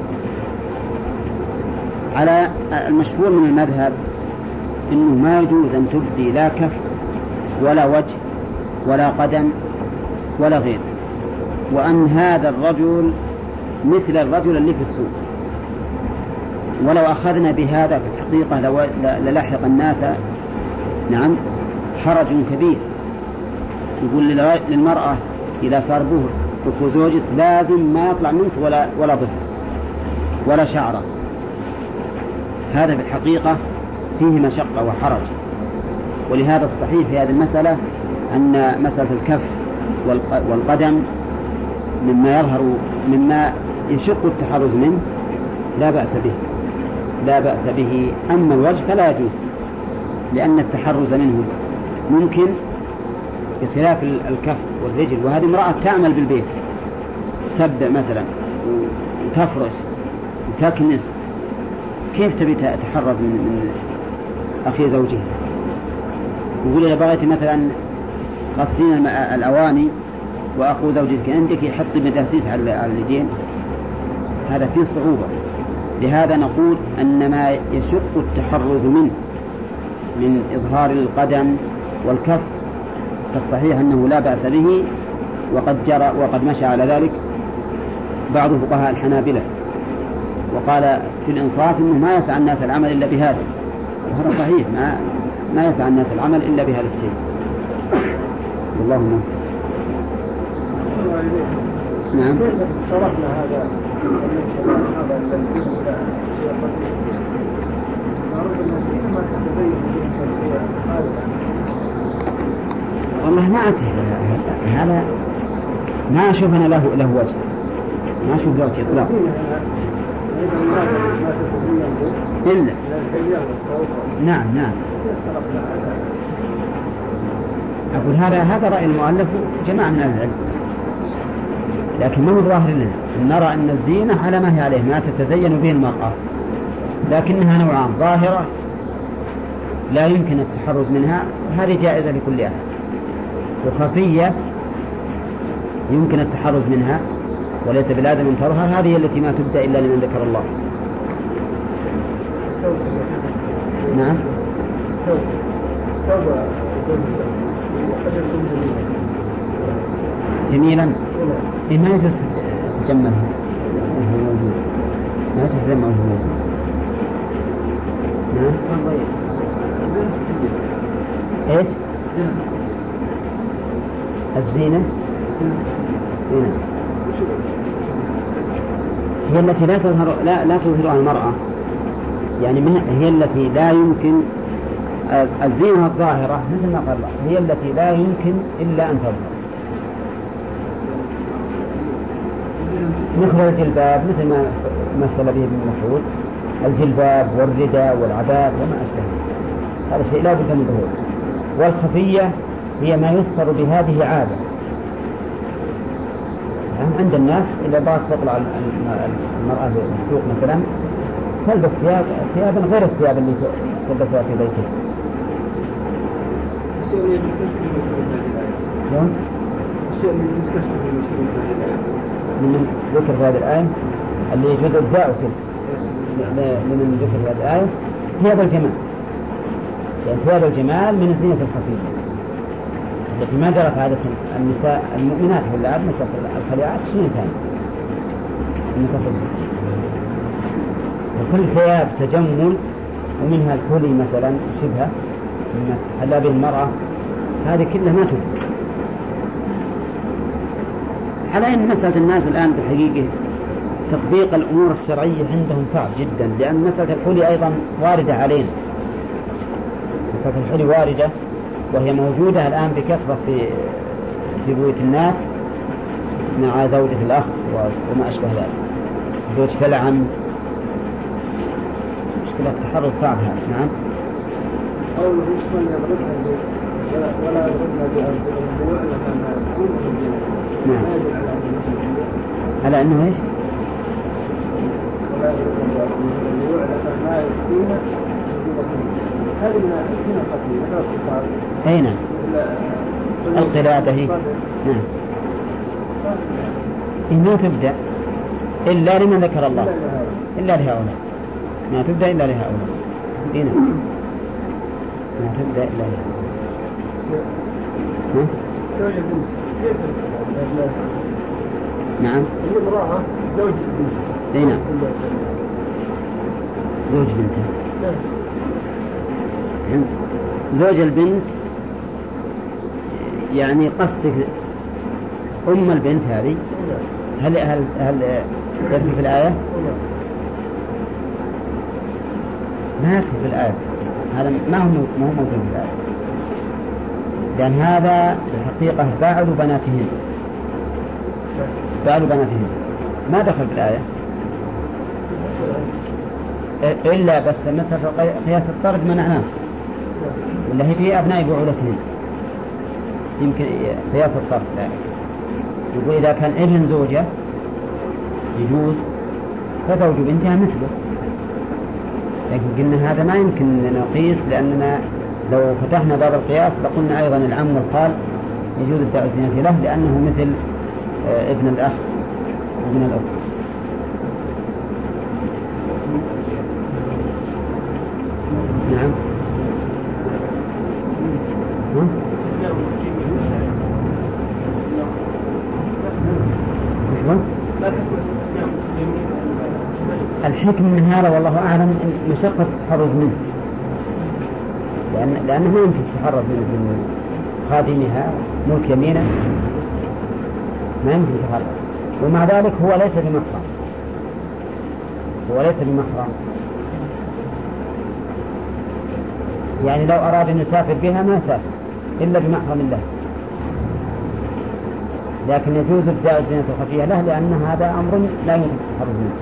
على المشهور من المذهب إنه ما يجوز أن تبدي لا كف ولا وجه ولا قدم ولا غير، وأن هذا الرجل مثل الرجل اللي في السوق. ولو أخذنا بهذا في الحقيقة للحق الناس نعم حرج كبير. يقول للمرأة إذا صار به أخو زوجة لازم ما يطلع منس ولا ولا ضفر ولا شعرة. هذا في الحقيقة فيه مشقة وحرج. ولهذا الصحيح في هذه المسألة أن مسألة الكف والقدم مما يظهر مما يشق التحرز منه لا بأس به لا بأس به. أما الوجه فلا يجوز، لأن التحرز منه ممكن بخلاف الكف والرجل. وهذه امرأة تعمل بالبيت، تسبع مثلا وتفرش وتكنس، كيف تبي تتحرز من, من أخي زوجها؟ يقول إذا بغيت مثلا غسلين الأواني وأخو زوجك عندك يحط مداسيس على اليدين، هذا فيه صعوبة. لهذا نقول أن ما يشق التحرز منه من إظهار القدم والكف فالصحيح أنه لا بأس به. وقد جرى وقد مشى على ذلك بعض فقهاء الحنابلة، وقال في الإنصاف أنه ما يسعى الناس العمل إلا بهذا، وهذا صحيح، ما ما يسعى الناس العمل إلا بهذا الشيء. والله الموفق. نعم. شرحنا هذا هذا الذي والله ما هذا ما أشوف أنا له له وجه، ما أشوف له وجه إطلاقا إلا. نعم نعم. أقول هذا هذا رأي المؤلف جماعة من أهل العلم، لكن ما هو ظاهر لنا. نرى أن الزينة على ما هي عليه، ما تتزين به المرأة، لكنها نوعان: ظاهرة لا يمكن التحرز منها، هذه جائزة لكل أحد، وخفية يمكن التحرز منها وليس بلازم أن تظهر، هذه التي ما تبدأ إلا لمن ذكر الله. نعم. جميلا. إيه ما يجوز تجمل وهو موجود، ما يجوز تجمل وهو موجود. نعم. إيش؟ الزينة هنا هي التي لا تظهر لا لا تظهرها المرأة، يعني هي التي لا يمكن الزينة الظاهرة مثل ما قال الله هي التي لا يمكن إلا أن تظهر، مثل الجلباب مثل ما مثل به ابن مسعود، الجلباب والرداء والعباءة وما أشبه هذا شيء لا بد من ظهور. والخفية هي ما يذكر بهذه عادة، يعني عند الناس إذا بغت تطلع المرأة في السوق مثلا تلبس ثياب ثيابا غير الثياب اللي تلبسها في بيتها. الشيء اللي يستخدم في من ذكر في هذه الآية اللي يجوز الداء من ذكر في هذه الآية ثياب الجمال، يعني ثياب الجمال من الزينة الخفية التي ما جرت عادة النساء المؤمنات ولا عاد نساء الخليعات شيء ثاني المتفضل. وكل ثياب تجمل ومنها الحلي مثلا شبهه مما حلى به المرأة هذه كلها ما تجوز. على أن مسألة الناس الآن بالحقيقة تطبيق الأمور الشرعية عندهم صعب جدا، لأن مسألة الحلي أيضا واردة علينا، مسألة الحلي واردة وهي موجودة الآن بكثرة في في بيوت الناس مع زوجة الأخ وما أشبه ذلك، زوجة العم، مشكلة التحرر صعب هذا. نعم. أو يشمل يضربها ولا يضربها بأرض نعم. على أنه إيش؟ ولا يضربها بأرض ما يكفينا هذه من الحكمة الخفية. أين؟ القلادة هي. نعم. ما تبدأ إلا لمن ذكر الله، إلا لهؤلاء ما تبدأ إلا لهؤلاء. هنا ما تبدأ إلا لهؤلاء. نعم. امرأة زوج بنت. نعم. زوج بنتها. زوج البنت يعني قصدك أم البنت هذه هل هل هل يكفي في الآية؟ ما يكفي في الآية، هذا ما هو ما هو موجود في الآية، لأن هذا الحقيقة باعل بناتهن، باعل بناتهن ما دخل في الآية إلا بس مسألة قياس الطرد منعناه، ولا هي في أبناء بعولتهن يمكن قياس الطرد لا. يقول إذا كان ابن زوجة يجوز فزوج بنتها مثله، لكن قلنا هذا ما يمكن نقيس، لأننا لو فتحنا باب القياس لقلنا أيضا العم والخال يجوز الدعوة الزينة له لأنه مثل ابن الأخ وابن الأخت. نعم. الحكم من هذا والله أعلم مشقة التحرز منه، لأن لأنه ما يمكن تتحرز من خادمها ملك يمينه، ما يمكن تتحرز، ومع ذلك هو ليس بمحرم، هو ليس بمحرم، يعني لو أراد أن يسافر بها ما سافر إلا بمحرم الله، لكن يجوز ابداء الزينة الخفية له لأن هذا أمر لا يمكن التحرز منه.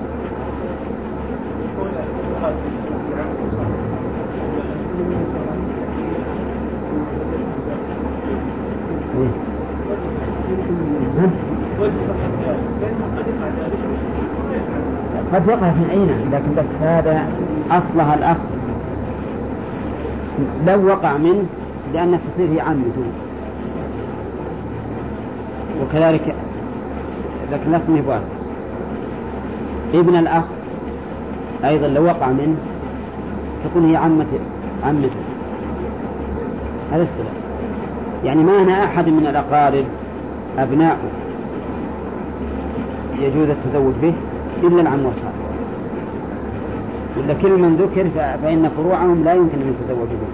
قد يقع في عينه، لكن بس هذا أصلها الأخ لو وقع منه لأنه تصير هي عمته، وكذلك لكن لا اسمه بوارد ابن الأخ أيضا لو وقع منه تكون هي عمته عمته. هذا السبب، يعني ما أنا أحد من الأقارب أبناء يجوز التزوج به إلا العم والخال. ولا كل من ذكر فإن فروعهم لا يمكن أن يتزوجوا به.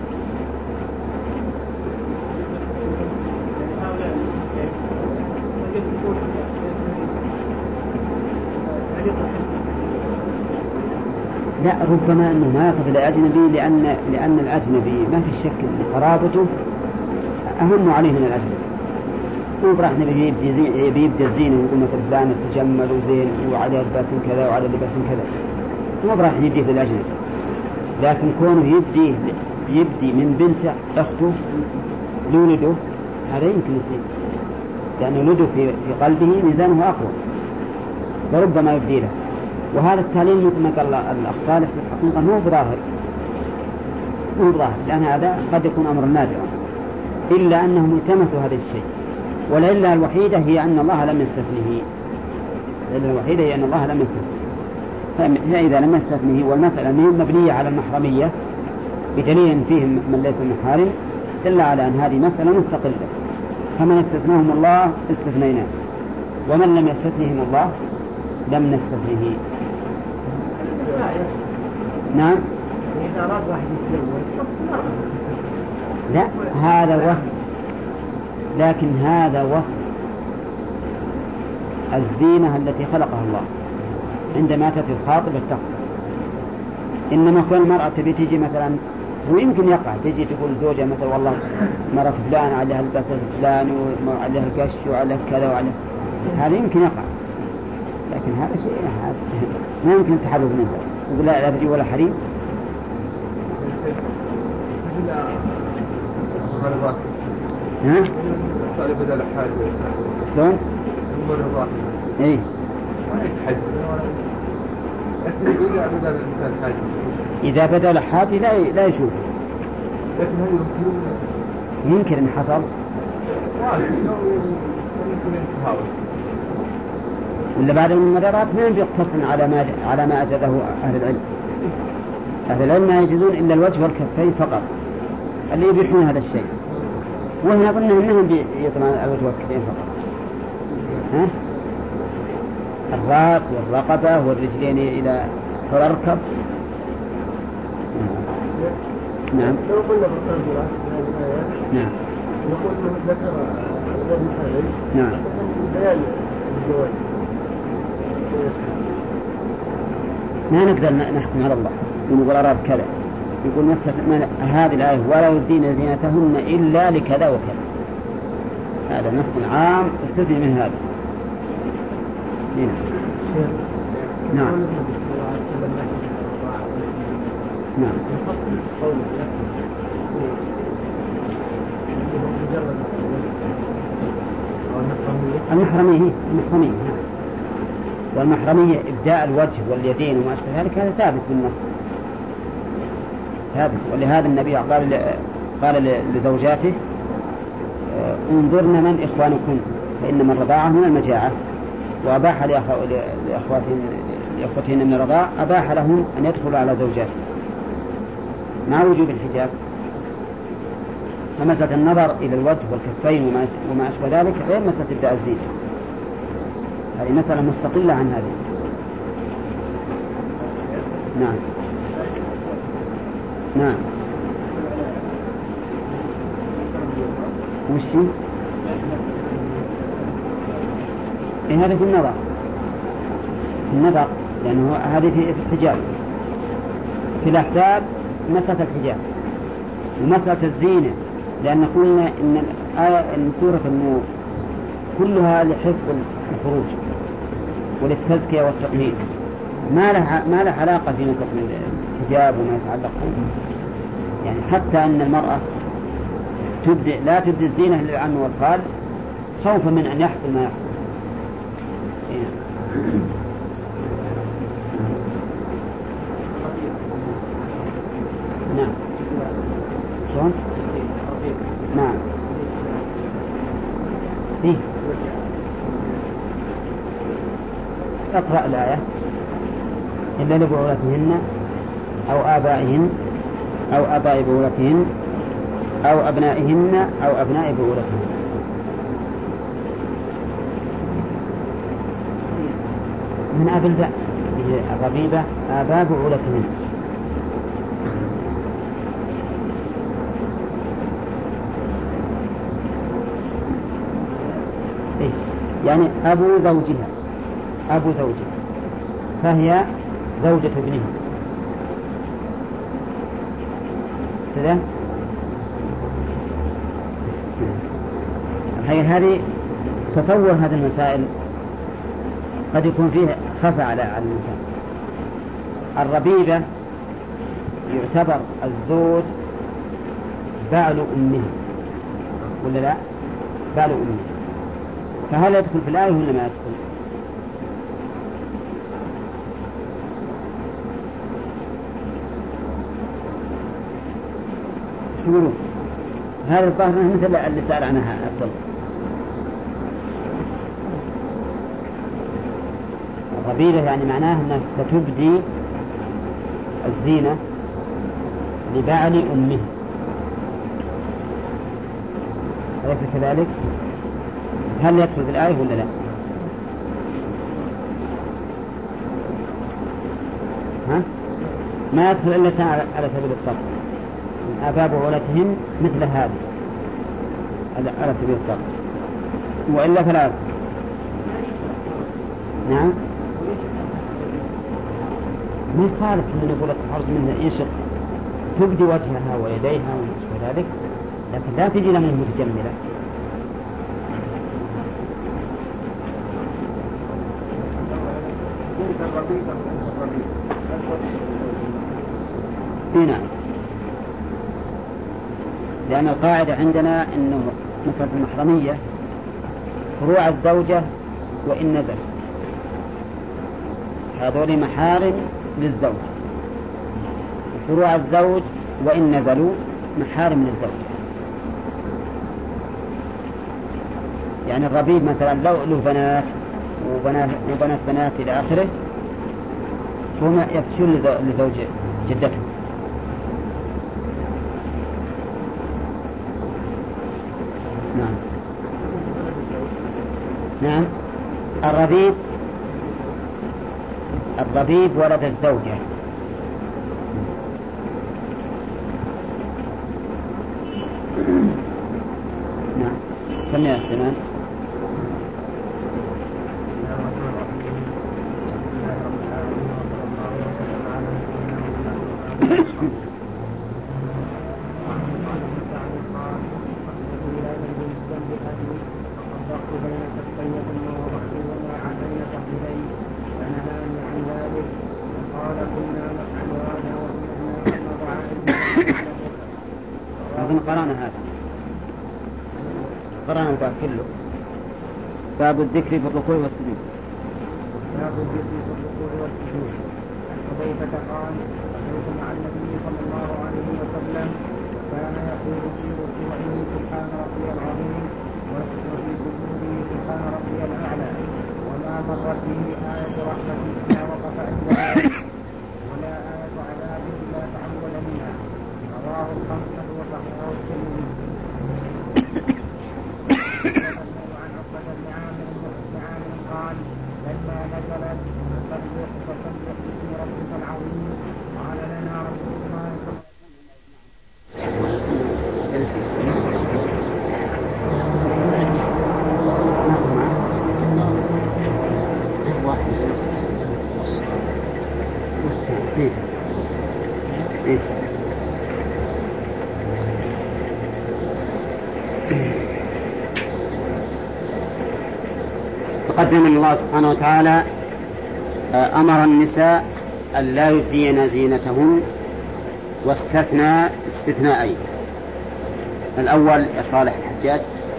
لا، ربما أنه ما يصف الأجنبي لأن لأن الأجنبي ما في شك أن قرابته أهم عليه من الأجنبي. مو براح نبي يبدي بيبدأ الزين ويقول مثل فلان تجمل وزين وعليه لباس كذا وعلى لباس كذا، مو براح يبدي في الأجنبي. لكن كونه يبدي يبدي من بنت أخته لولده هذا يمكن يصير، لأن ولده في في قلبه ميزانه أقوى، فربما يبدي له. وهذا التعليل مثل ما قال الأخ صالح في الحقيقة مو بظاهر مو بظاهر لأن هذا قد يكون أمر نادر، إلا أنهم التمسوا هذا الشيء. والعلة الوحيدة هي أن الله لم يستثنه، العلة الوحيدة هي أن الله لم يستثنه. فإذا لم يستثنه والمسألة مبنية على المحرمية بدليل فيهم من ليس محارم، دل على أن هذه مسألة مستقلة. فمن استثناهم الله استثنيناه، ومن لم يستثنهم الله لم نستثنه. نعم. إذا أراد واحد يتزوج لا، هذا وصف، لكن هذا وصف الزينة التي خلقها الله عندما تأتي الخاطب التقوى. إنما كل المرأة تبي تجي مثلا، ويمكن يقع تجي تقول زوجها مثلا والله مرة فلان عليها البس فلان وعليها القش وعليها كذا وعليها، هذا يمكن يقع. لكن هذا شيء ما يمكن التحرز منه، يقول لا لا تجي ولا حريم. ها؟ صار بدل حاجة شلون؟ مرة إيه. إذا بدل حاجة لا لا يشوف. يمكن إن حصل. ولا بعد الممررات ما يقتصن على ما على ما أجازه أهل العلم. أهل العلم ما يجوزون إلا الوجه والكفين فقط، اللي يبيحون هذا الشيء. وهنا أظن أنهم يطلعون الوجه والكفين فقط. ها؟ الرأس والرقبة والرجلين إلى الركب. نعم. لو قلنا بالصلاة نعم. نقول من ذكر نعم. بيان الزواج. ما نقدر نحكم على الله ونقول أراد كذا، يقول مثلا هذه الآية ولا يبدين زينتهن إلا لكذا وكذا، هذا نص عام استثني من هذا. هنا. نعم. نعم. المحرمية هي المحرمية، والمحرمية إبداء الوجه واليدين وما أشبه ذلك، هذا ثابت بالنص ثابت. ولهذا النبي قال قال لزوجاته انظرن من إخوانكم فإنما الرضاعة من المجاعة، وأباح لأخواتهن لأخوتهن من الرضاع، أباح لهم أن يدخلوا على زوجاته مع وجوب الحجاب. فمسألة النظر إلى الوجه والكفين وما أشبه ذلك غير مسألة إبداء الزينة، هذه مسألة مستقلة عن هذه. نعم. نعم. وش إيه هذا في النظر، في النظر لأنه هذه في الحجاب. في الأحزاب مسألة الحجاب ومسألة الزينة، لأن قلنا إن الآية إن سورة النور كلها لحفظ الفروج وللتزكية والتطهير، ما له ما له علاقة في مسألة الحجاب وما يتعلق به. يعني حتى أن المرأة تبدأ لا تبدي الزينة للعم والخال خوفا من أن يحصل ما يحصل. نعم. شلون؟ نعم. إيه؟ اقرأ الآية إلا لبعولتهن أو آبائهن أو آباء بعولتهن أو أبنائهن أو أبناء بعولتهن. من أب الباء الربيبة آباء بعولتهن. يعني أبو زوجها، أبو زوجها، فهي زوجة ابنه كذا. هي هذه تصور هذه المسائل قد يكون فيه خفى على على الإنسان. الربيبة يعتبر الزوج بعل أمه ولا لا؟ بعل أمه، فهل يدخل في الآية ولا ما يدخل؟ تقولون هذا الظاهر مثل اللي سأل عنها عبد الله. الربيبة يعني معناها أنها ستبدي الزينة لبعل أمه، أليس كذلك؟ هل يدخل في الآية ولا لا؟ ها؟ ما يدخل إلا على سبيل الطرق، آباء بعولتهم مثل هذه على سبيل الطرق، وإلا فلا يدخل. نعم، ما يخالف من يقول التحرز منها يشق تبدي وجهها ويديها وما ذلك، لكن لا تجي منه متجملة. نعم، لأن القاعدة عندنا أنه مسألة المحرمية فروع الزوجة وإن نزل، هذول محارم للزوج، فروع الزوج وإن نزلوا محارم للزوج. يعني الربيب مثلا لو له بنات وبنات وبنات بنات إلى آخره فهم يفتشون لزوج جدته. نعم نعم، الربيب الربيب ولد الزوجة. نعم، سمع السنان. قرانا هذا قرانا الباب كله. باب الذكر في الركوع والسجود. باب الذكر في الركوع والسجود. حذيفة قال صليت مع النبي صلى الله عليه وسلم كان يقول في ركوعه سبحان ربي العظيم وفي سجوده سبحان ربي الأعلى، وما مرت به آية رحمة إلا وقف عندها ولا آية عذاب إلا تعود منها. رواه الخمسة وصححه الترمذي. عن عقبة بن عامر بن عامر قال لما نزلت فسبح فسبح باسم ربك العظيم قال لنا رسول الله صلى الله عليه وسلم تقدم أن الله سبحانه وتعالى أمر النساء أن لا يبدين زينتهن، واستثنى استثناءين. الأول يا صالح الحجاج.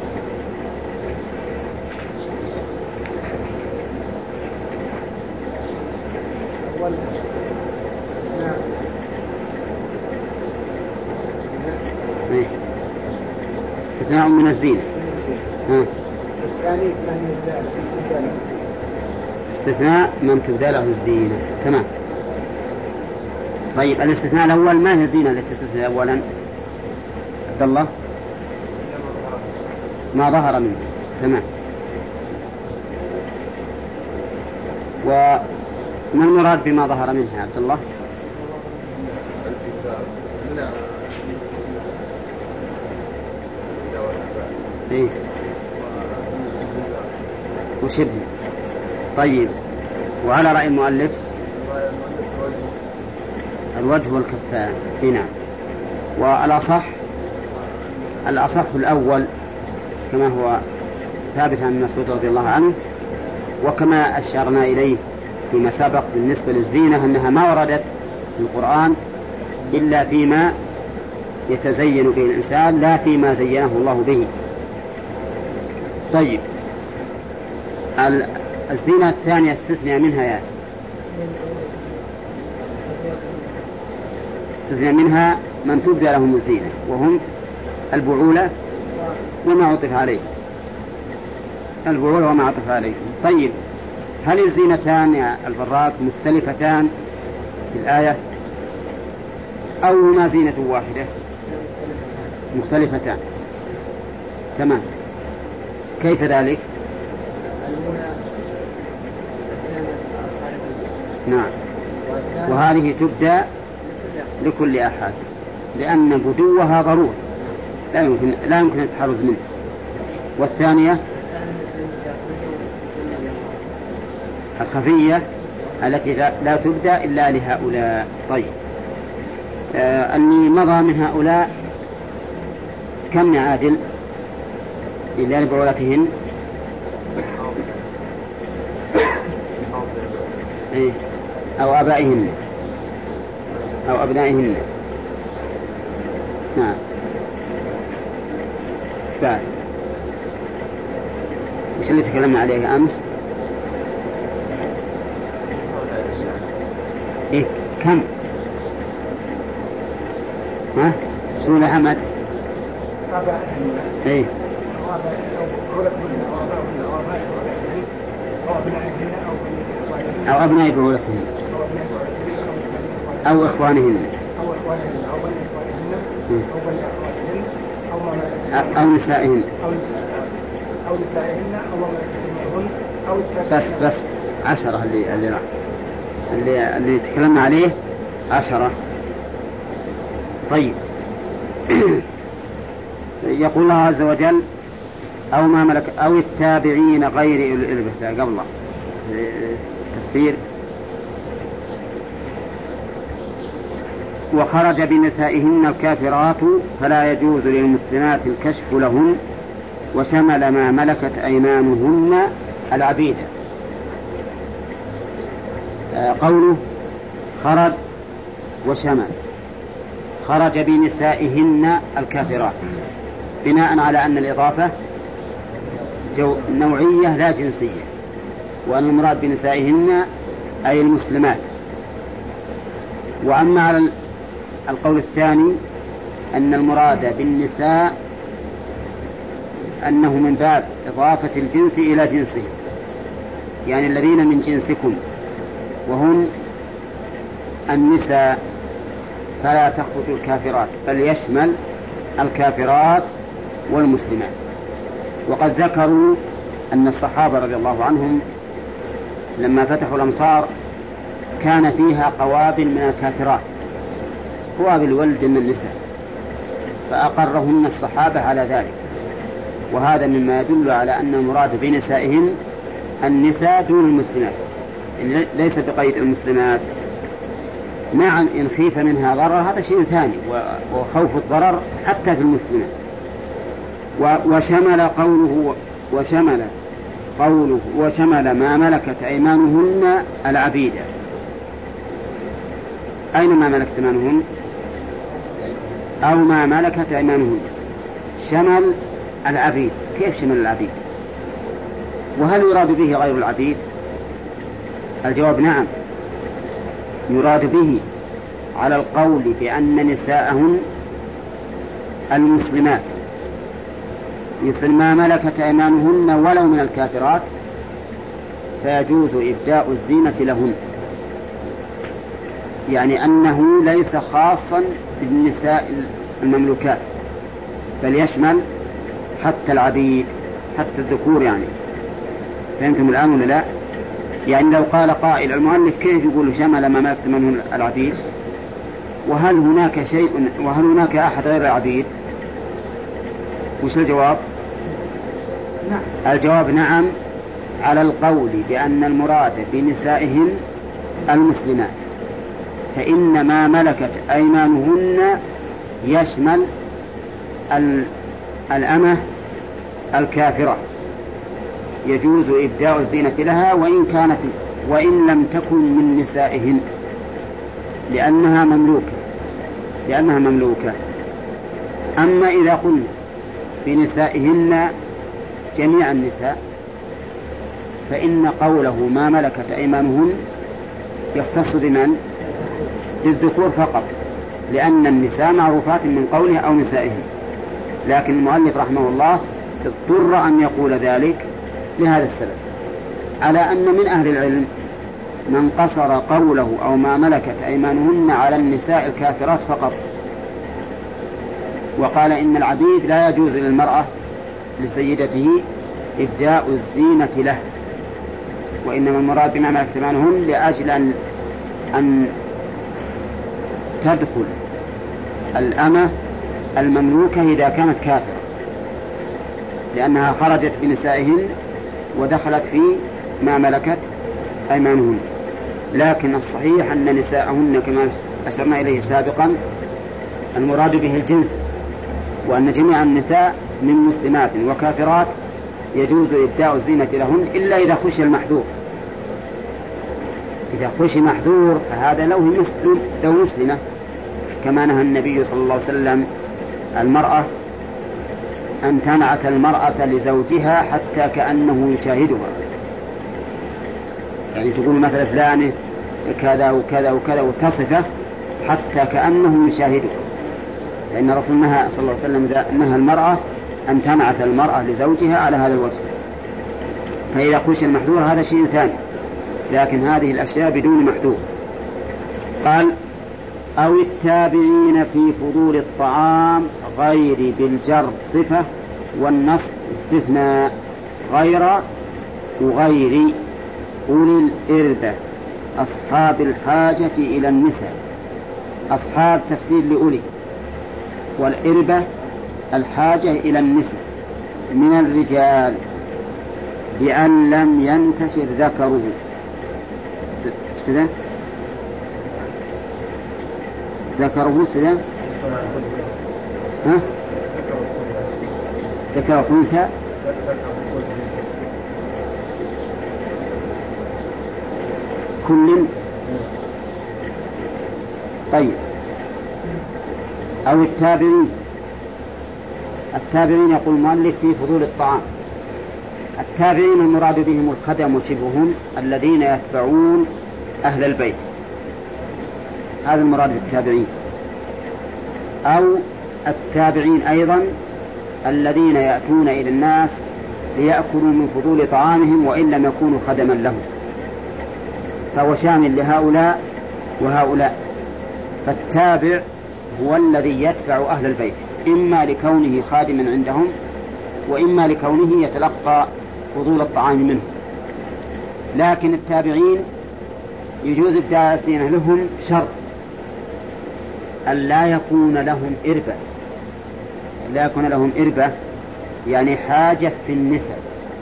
استثناء من الزينة. ها. استثناء من تبدأ له الزينة. تمام. طيب الاستثناء الأول ما هي الزينة التي تستثنى أولا؟ عبد الله. ما ظهر منك. تمام. وما المراد بما ظهر منها عبد الله؟ إيه؟ وشبه. طيب، وعلى رأي المؤلف الوجه والكفان. هنا والأصح الأصح الأول كما هو ثابت عن مسعود رضي الله عنه، وكما أشرنا إليه فيما سبق بالنسبة للزينة أنها ما وردت في القرآن إلا فيما يتزين به الإنسان لا فيما زينه الله به. طيب، الزينة الثانية استثنى منها يعني استثنى منها من تبدأ لهم الزينة وهم البعولة وما عطف عليه البعولة وما عطف عليه. طيب، هل الزينتان يا البراك مختلفتان في الآية أو هما زينة واحدة؟ مختلفتان. تمام. كيف ذلك؟ نعم، وهذه تبدأ لكل أحد لأن بدوها ضروري لا يمكن لا يمكن التحرز منه. والثانية الخفية التي لا تبدأ إلا لهؤلاء. طيب، آه اللي مضى من هؤلاء كم يعادل إلا لبعولتهن؟ إيه؟ أو آبائهن أو أبنائهن. نعم. إيش بعد؟ وش اللي تكلمنا عليه أمس؟ إيه كم؟ ها؟ شو لحمد؟ إيه؟ أو أبناء بعولتهن أو إخوانهن أو نسائهن أو نسائهن أو بس بس عشرة اللي اللي راح اللي اللي تكلمنا عليه عشرة. طيب، يقول الله عز وجل أو ما ملك أو التابعين غير الإربة قبل التفسير. وخرج بنسائهن الكافرات فلا يجوز للمسلمات الكشف لهن وشمل ما ملكت أيمانهن العبيد. قوله خرج وشمل، خرج بنسائهن الكافرات بناء على أن الإضافة نوعية لا جنسية، وأن المراد بنسائهن أي المسلمات. وأما على القول الثاني أن المراد بالنساء أنه من باب إضافة الجنس إلى جنسه، يعني الذين من جنسكم وهم النساء، فلا تخرج الكافرات بل يشمل الكافرات والمسلمات. وقد ذكروا أن الصحابة رضي الله عنهم لما فتحوا الأمصار كان فيها قوابل من الكافرات، قوابل ولد من النساء، فأقرهن الصحابة على ذلك. وهذا مما يدل على أن المراد بنسائهم النساء دون المسلمات، ليس بقيد المسلمات. نعم، إن خيف منها ضرر هذا شيء ثاني، وخوف الضرر حتى في المسلمات. وشمل قوله وشمل قوله وشمل ما ملكت أيمانهن العبيد. أين ما ملكت أيمانهن؟ أو ما ملكت أيمانهن شمل العبيد. كيف شمل العبيد؟ وهل يراد به غير العبيد؟ الجواب نعم، يراد به على القول بأن نساءهن المسلمات مثل ما ملكت أيمانهن ولو من الكافرات، فيجوز إبداء الزينة لهن، يعني أنه ليس خاصا بالنساء المملوكات بل يشمل حتى العبيد حتى الذكور. يعني فهمتم الآن ولا لا؟ يعني لو قال قائل المؤلف كيف يقول شمل ما ملكت منه العبيد، وهل هناك شيء وهل هناك أحد غير العبيد؟ وش الجواب؟ نعم. الجواب نعم، على القول بأن المراد بنسائهن المسلمات، فإن ما ملكت أيمانهن يشمل الأمة الكافرة يجوز إبداء الزينة لها وإن كانت وإن لم تكن من نسائهن، لأنها مملوكة لأنها مملوكة. أما إذا قلنا بنسائهن جميع النساء فإن قوله ما ملكت أيمانهن يختص بمن؟ بالذكور فقط، لأن النساء معروفات من قوله أو نسائهن. لكن المؤلف رحمه الله اضطر أن يقول ذلك لهذا السبب، على أن من أهل العلم من قصر قوله أو ما ملكت أيمانهن على النساء الكافرات فقط، وقال إن العبيد لا يجوز للمرأة لسيدته إبداء الزينة له، وإنما المراد بما ملكت أيمانهن لأجل أن, أن تدخل الأمة المملوكة إذا كانت كافرة، لأنها خرجت بنسائهن ودخلت في ما ملكت أيمانهن. لكن الصحيح أن نساءهن كما أشرنا إليه سابقا المراد به الجنس، وأن جميع النساء من مسلمات وكافرات يجوز إبداء الزينة لهن إلا إذا خشي المحذور. إذا خشي محذور فهذا لو مسلم لو مسلمة، كما نهى النبي صلى الله عليه وسلم المرأة أن تنعت المرأة لزوجها حتى كأنه يشاهدها، يعني تقول مثلا فلانة كذا وكذا وكذا وتصفه حتى كأنه يشاهدها، لأن رسول الله صلى الله عليه وسلم نهى المرأة أن تنعت المرأة لزوجها على هذا الوجه. فإذا خشي المحذور هذا شيء ثاني، لكن هذه الأشياء بدون محذور. قال أو التابعين في فضول الطعام غير بالجر صفة والنصب استثناء، غير وغير أولي الإربة أصحاب الحاجة إلى النساء. أصحاب تفسير لأولي، والإربة الحاجة إلى النساء من الرجال بأن لم ينتشر ذكره. سده ذكره سده ها ذكر أنثى كل. طيب أو التابعين. التابعين يقول المؤلف في فضول الطعام. التابعين المراد بهم الخدم وشبههم الذين يتبعون أهل البيت، هذا المراد بالتابعين. أو التابعين أيضا الذين يأتون إلى الناس ليأكلوا من فضول طعامهم وإن لم يكونوا خدما لهم، فهو شامل لهؤلاء وهؤلاء. فالتابع هو الذي يتبع أهل البيت إما لكونه خادما عندهم وإما لكونه يتلقى فضول الطعام منه. لكن التابعين يجوز ابداء الزينة لهم شرط أن لا يكون لهم إربة، لا يكون لهم إربة يعني حاجة في النساء.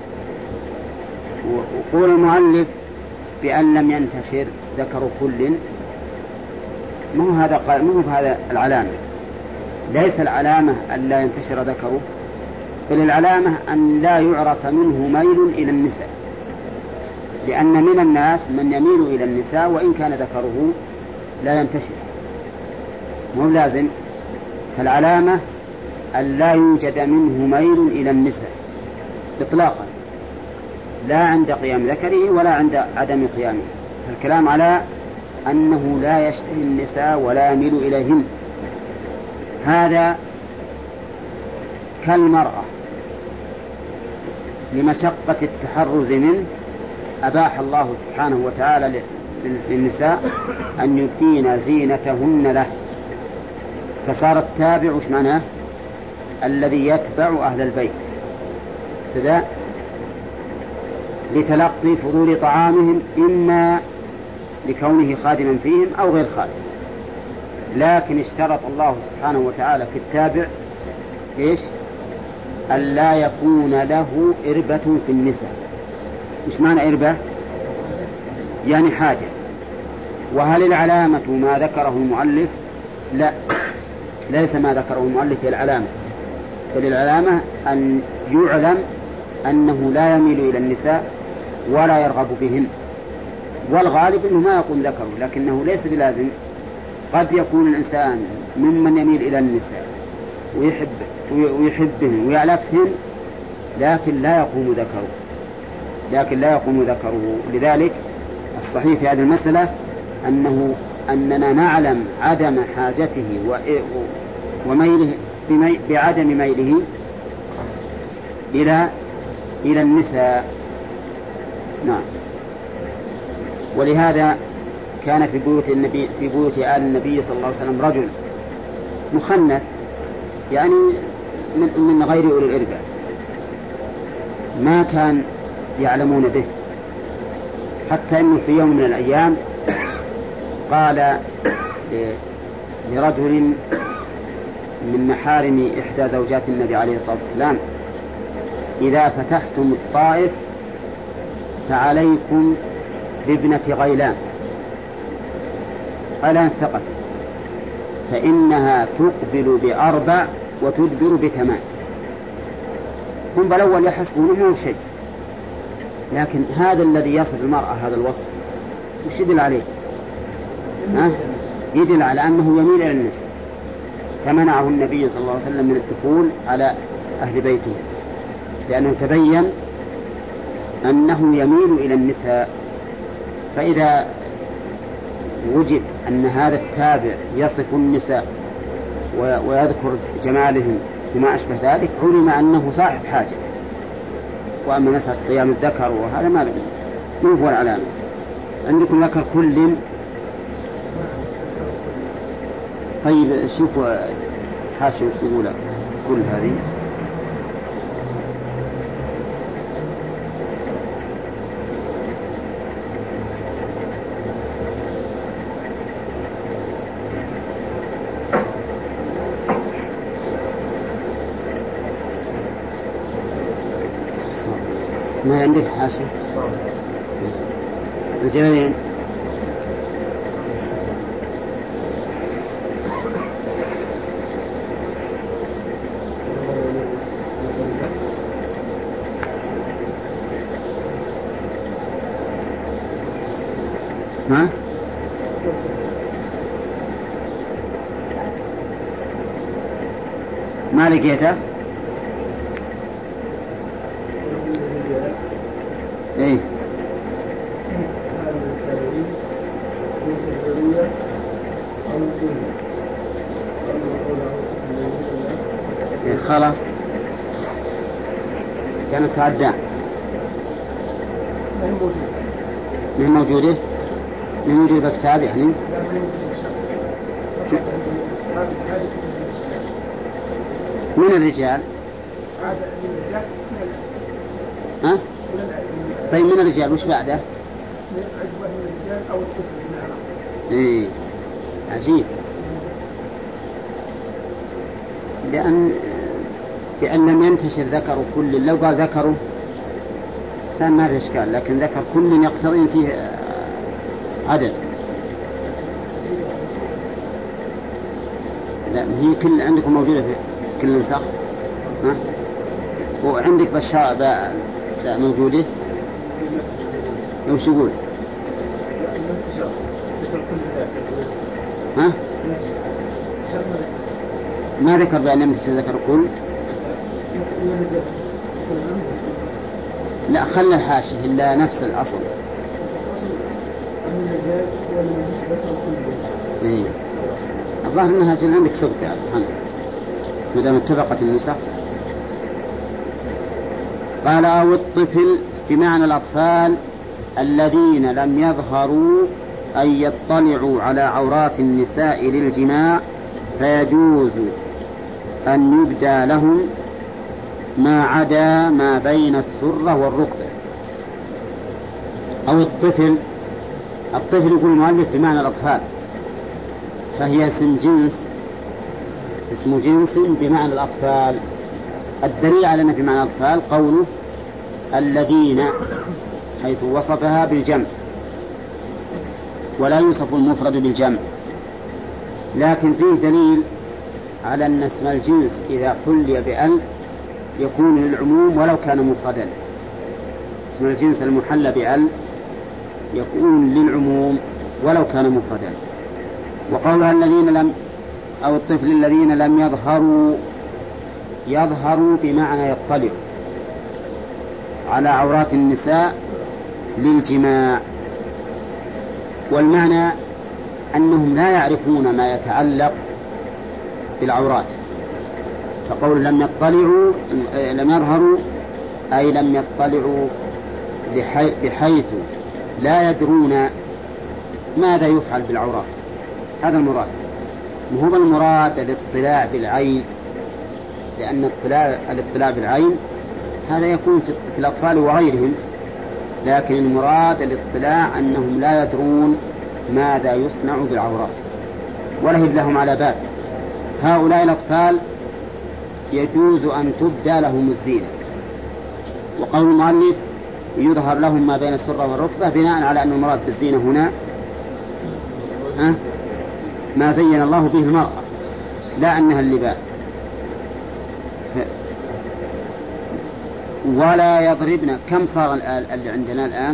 وقول المؤلف بأن لم ينتشر ذكر كل، ما هو هذا ما هو هذا العلامة، ليس العلامة أن لا ينتشر ذكره، بل العلامة أن لا يعرف منه ميل إلى النساء، لأن من الناس من يميل إلى النساء وإن كان ذكره لا ينتشر، مو لازم. فالعلامة أن لا يوجد منه ميل إلى النساء إطلاقا، لا عند قيام ذكره ولا عند عدم قيامه. الكلام على أنه لا يشتهي النساء ولا يميل إليهن. هذا كالمرأة لمشقة التحرز منه أباح الله سبحانه وتعالى للنساء أن يبدين زينتهن له، فصار التابع وش معناه؟ الذي يتبع أهل البيت سداء لتلقي فضول طعامهم إما لكونه خادما فيهم أو غير خادم. لكن اشترط الله سبحانه وتعالى في التابع إيش؟ أن لا يكون له إربة في النساء، مش معنى إربة يعني حاجة. وهل العلامة ما ذكره المؤلف؟ لا، ليس ما ذكره المؤلف هي العلامة، بل العلامة أن يعلم أنه لا يميل إلى النساء ولا يرغب بهن، والغالب أنه ما يقوم ذكره، لكنه ليس بلازم. قد يكون الإنسان ممن يميل إلى النساء ويحب ويحبهن ويعلفهن، لكن لا يقوم ذكره لكن لا يقوم ذكره لذلك الصحيح في هذه المسألة أنه أننا نعلم عدم حاجته وميله بعدم ميله إلى إلى النساء. نعم. ولهذا كان في بيوت النبي في بيوت آل النبي صلى الله عليه وسلم رجل مخنث، يعني من, من غير أولي الإربة، ما كان يعلمون به، حتى أنه في يوم من الأيام قال لرجل من محارم إحدى زوجات النبي عليه الصلاة والسلام: إذا فتحتم الطائف فعليكم بابنة غيلان غيلان الثقف، فإنها تقبل بأربع وتدبر بثمان. هم بالأول يحسبونه هو شيء، لكن هذا الذي يصف المرأة هذا الوصف وش يدل عليه؟ ها؟ يدل على أنه يميل إلى النساء، فمنعه النبي صلى الله عليه وسلم من الدخول على أهل بيته، لأنه تبين أنه يميل إلى النساء. فإذا وجد أن هذا التابع يصف النساء ويذكر جمالهم وما أشبه ذلك، علم أنه صاحب حاجة. وأما مسألة قيام الذكر وهذا ما مو هو العلامة. عندكم ذكر كل. طيب شوفوا حاشوا الشغولة كل هذه. ما عندك حاشا الجبلين؟ ها؟ ما لقيته؟ ايه إيه خلاص كانت تعدى من موجوده من موجود بكتاب يعني من الرجال. ها؟ طيب من الرجال وش بعده؟ ايه عجيب، لأن لأن لم ينتشر ذكر كل. لو قال ذكره كان ما في إشكال، لكن ذكر كل يقتضي فيه عدد. لا هي كل عندكم موجودة في كل نسخ. ها؟ وعندك بشار موجودة وش يقول؟ ها؟ ما ذكر بأن يمتشر ذكر كل. لا خلى الحاشية إلا نفس الأصل. إيه. الظاهر أنها جل عندك صدق يا محمد ما دام اتفقت النسخ. قال أو الطفل بمعنى الأطفال الذين لم يظهروا أن يطلعوا على عورات النساء للجماع، فيجوز أن يبدى لهم ما عدا ما بين السرة والركبة. أو الطفل الطفل يقول المؤلف بمعنى الأطفال، فهي اسم جنس اسم جنس بمعنى الأطفال. الدليل على أنه بمعنى الأطفال قوله الذين حيث وصفها بالجمع، ولا يوصف المفرد بالجمع. لكن فيه دليل على أن اسم الجنس إذا حلي بأل يكون للعموم ولو كان مفردا. اسم الجنس المحلى بأل يكون للعموم ولو كان مفردا. وقولها الذين لم أو الطفل الذين لم يظهروا، يظهروا بمعنى يطلع على عورات النساء للجماع، والمعنى أنهم لا يعرفون ما يتعلق بالعورات. فقول لم يطلعوا لم يظهروا أي لم يطلعوا بحيث لا يدرون ماذا يفعل بالعورات. هذا المراد، وهو المراد الاطلاع بالعين، لأن الاطلاع, الاطلاع بالعين هذا يكون في الأطفال وغيرهم، لكن المراد الاطلاع أنهم لا يدرون ماذا يصنع بالعورات ولهب لهم على باب. هؤلاء الأطفال يجوز أن تبدى لهم الزينة، وقول المؤلف يظهر لهم ما بين السرة والركبة بناء على أن المراد بالزينة هنا ها ما زين الله به المرأة، لا أنها اللباس. ولا يضربن، كم صار اللي عندنا الآن؟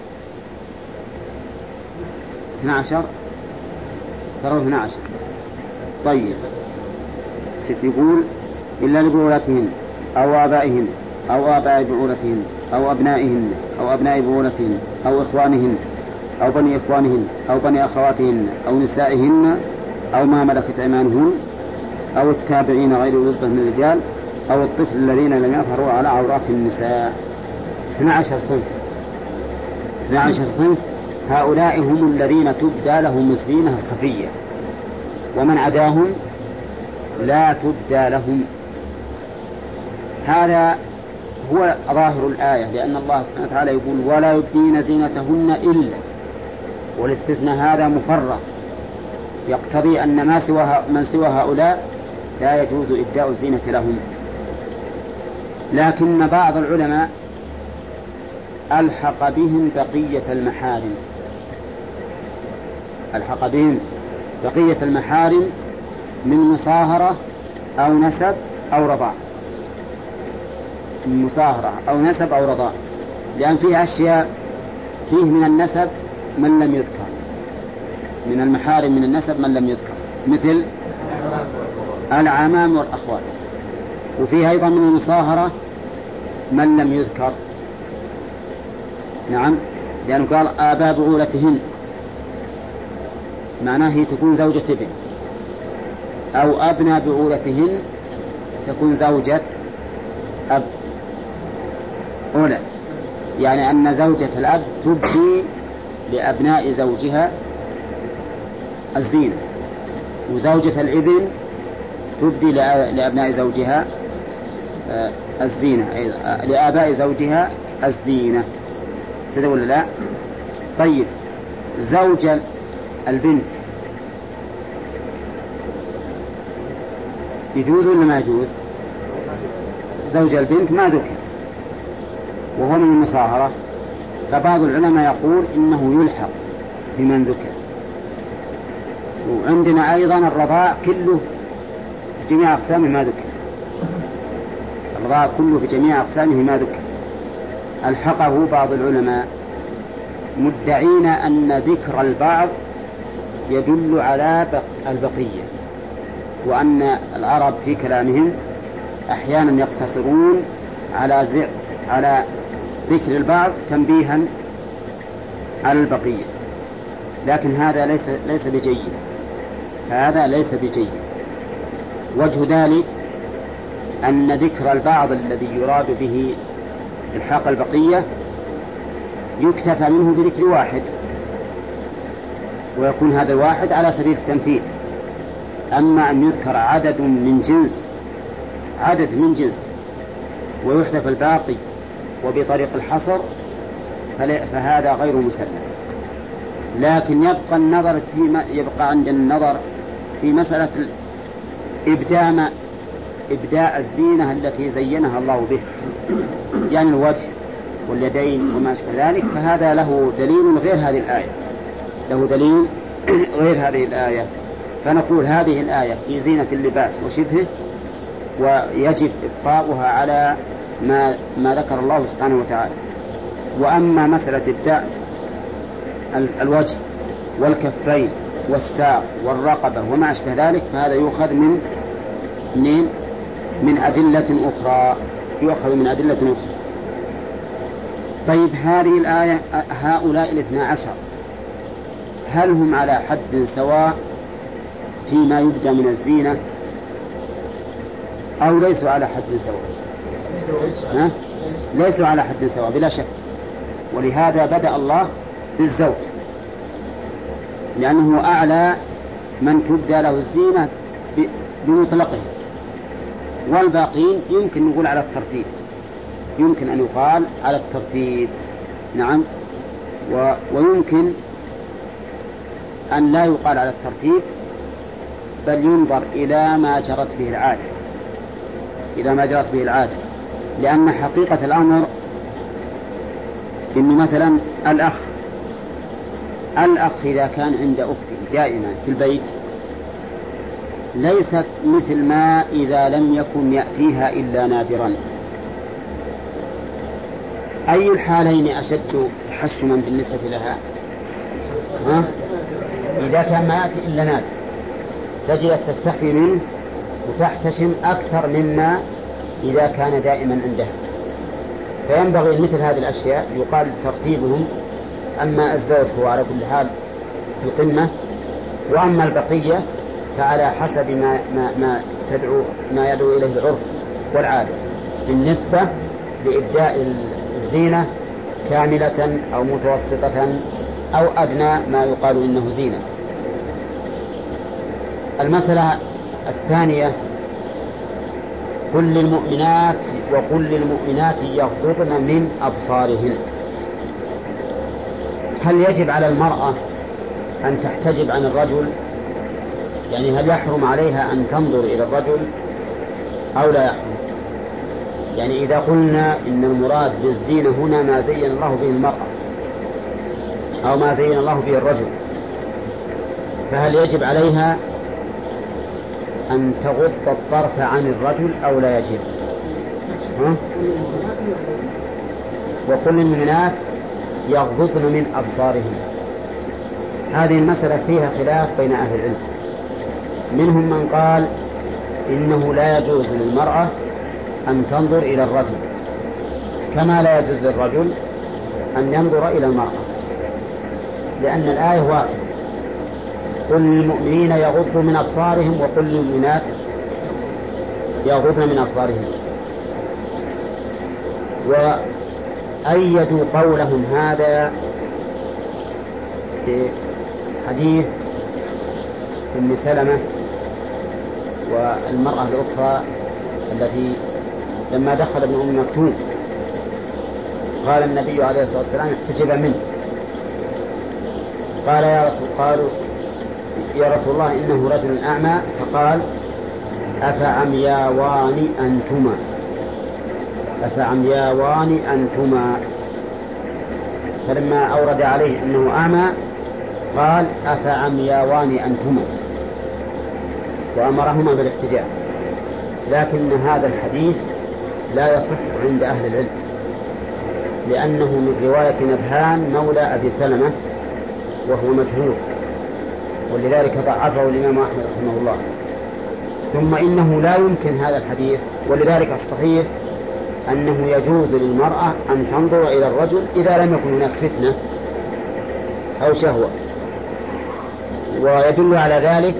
اثنا عشر، صاروا اثنا عشر. طيب ست يقول إلا لبعولتهن أو آبائهن أو آباء بعولتهن أو أبنائهن أو أبناء بعولتهن أو إخوانهن أو بني إخوانهن أو بني أخواتهن أو نسائهن أو ما ملكت أيمانهن أو التابعين غير أولي الإربة من الرجال أو الطفل الذين لم يظهروا على عورات النساء. اثنا عشر صنف، اثنا عشر صنف. هؤلاء هم الذين تبدى لهم الزينة الخفية، ومن عداهم لا تبدى لهم. هذا هو ظاهر الآية، لأن الله سبحانه وتعالى يقول ولا يبدين زينتهن إلا، والاستثناء هذا مفرغ يقتضي أن ما سوى من سوى هؤلاء لا يجوز إبداء الزينة لهم. لكن بعض العلماء ألحق بهم بقية المحارم، ألحق بهم بقية المحارم من مصاهرة أو نسب أو رضاع، من مصاهرة أو نسب أو رضاع، لأن فيه أشياء فيه من النسب من لم يذكر، من المحارم من النسب من لم يذكر، مثل العمام والأخوال، وفيه أيضا من المصاهرة من لم يذكر. نعم، لأنه قال آباء بعولتهن، معناه هي تكون زوجة ابن، أو أبناء بعولتهن تكون زوجة أب أولى، يعني أن زوجة الأب تبدي لأبناء زوجها الزينة، وزوجة الابن تبدي لأبناء زوجها الزينة، لآباء زوجها الزينة. سيدة ولا لا؟ طيب زوج البنت يجوز ولا ما يجوز؟ زوج البنت ما ذكر وهو من المصاهرة، فبعض العلماء يقول إنه يلحق بمن ذكر. وعندنا أيضا الرضاع كله بجميع أقسامه ما ذكر، الرضاع كله بجميع أقسامه ما ذكر. ألحقه بعض العلماء مدعين أن ذكر البعض يدل على البقية، وأن العرب في كلامهم أحيانا يقتصرون على على ذكر البعض تنبيها على البقية، لكن هذا ليس ليس بجيد، هذا ليس بجيد. وجه ذلك أن ذكر البعض الذي يراد به إلحاق البقية يكتفى منه بذكر واحد، ويكون هذا الواحد على سبيل التمثيل. أما أن يذكر عدد من جنس عدد من جنس ويحذف الباقي وبطريق الحصر فهذا غير مسلم. لكن يبقى النظر في يبقى عند النظر في مسألة إبداء إبداء الزينة التي زينها الله به، يعني الوجه واليدين وما أشبه ذلك، فهذا له دليل غير هذه الآية، له دليل غير هذه الآية. فنقول هذه الآية في زينة اللباس وشبهه، ويجب إبقاؤها على ما, ما ذكر الله سبحانه وتعالى. وأما مسألة إبداء الوجه والكفين والساق والرقبة وما أشبه ذلك فهذا يؤخذ من من من أدلة أخرى، يؤخذ من أدلة أخرى. طيب هذه الآية هؤلاء الاثنى عشر هل هم على حد سواء فيما يبدأ من الزينة أو ليسوا على حد سواء؟ ها؟ ليسوا على حد سواء بلا شك. ولهذا بدأ الله بالزوج لأنه أعلى من تبدأ له الزينة بمطلقه، والباقين يمكن نقول على الترتيب، يمكن أن يقال على الترتيب نعم، و... ويمكن أن لا يقال على الترتيب بل ينظر إلى ما جرت به العادة، إلى ما جرت به العادة. لأن حقيقة الأمر إن مثلا الأخ الأخ إذا كان عند أخته دائما في البيت ليست مثل ما إذا لم يكن يأتيها إلا نادرا. أي الحالين أشد تحشما بالنسبة لها؟ ها؟ إذا كان ما يأتي إلا نادر تجد تستحي منه وتحتشم أكثر مما إذا كان دائما عندها. فينبغي مثل هذه الأشياء يقال ترتيبهم، أما الزوج هو على كل حال في القمة، وأما البقية فعلى حسب ما, ما, ما, تدعو ما يدعو إليه العرف والعادة بالنسبة لإبداء الزينة كاملة أو متوسطة أو أدنى ما يقال إنه زينة. المسألة الثانية قل للمؤمنات وقل للمؤمنات يغضضن من أبصارهن. هل يجب على المرأة أن تحتجب عن الرجل؟ يعني هل يحرم عليها أن تنظر إلى الرجل أو لا يحرم؟ يعني إذا قلنا إن المراد بالزينة هنا ما زين الله به المرأة أو ما زين الله به الرجل، فهل يجب عليها أن تغض الطرف عن الرجل أو لا يجب؟ ها؟ وقل للمؤمنات يغضضن من أبصارهن. هذه المسألة فيها خلاف بين أهل العلم، منهم من قال إنه لا يجوز للمرأة أن تنظر إلى الرجل كما لا يجوز للرجل أن ينظر إلى المرأة، لأن الآية واحدة قل للمؤمنين يغضوا من أبصارهم وقل للمؤمنات يغضن من أبصارهم. وأيدوا قولهم هذا في حديث أم سلمة والمرأة الأخرى التي لما دخل ابن أم مكتوم قال النبي عليه الصلاة والسلام احتجب منه، قال يا رسول قالوا يا رسول الله إنه رجل أعمى، فقال أفعمياوان أنتما أفعمياوان أنتما فلما أورد عليه أنه أعمى قال أفعمياوان أنتما وأمرهما بالاحتجاب. لكن هذا الحديث لا يصح عند أهل العلم لأنه من رواية نبهان مولى أبي سلمة وهو مجهول، ولذلك ضعفه الإمام أحمد رحمه الله. ثم إنه لا يمكن هذا الحديث، ولذلك الصحيح أنه يجوز للمرأة أن تنظر إلى الرجل إذا لم يكن هناك فتنة أو شهوة. ويدل على ذلك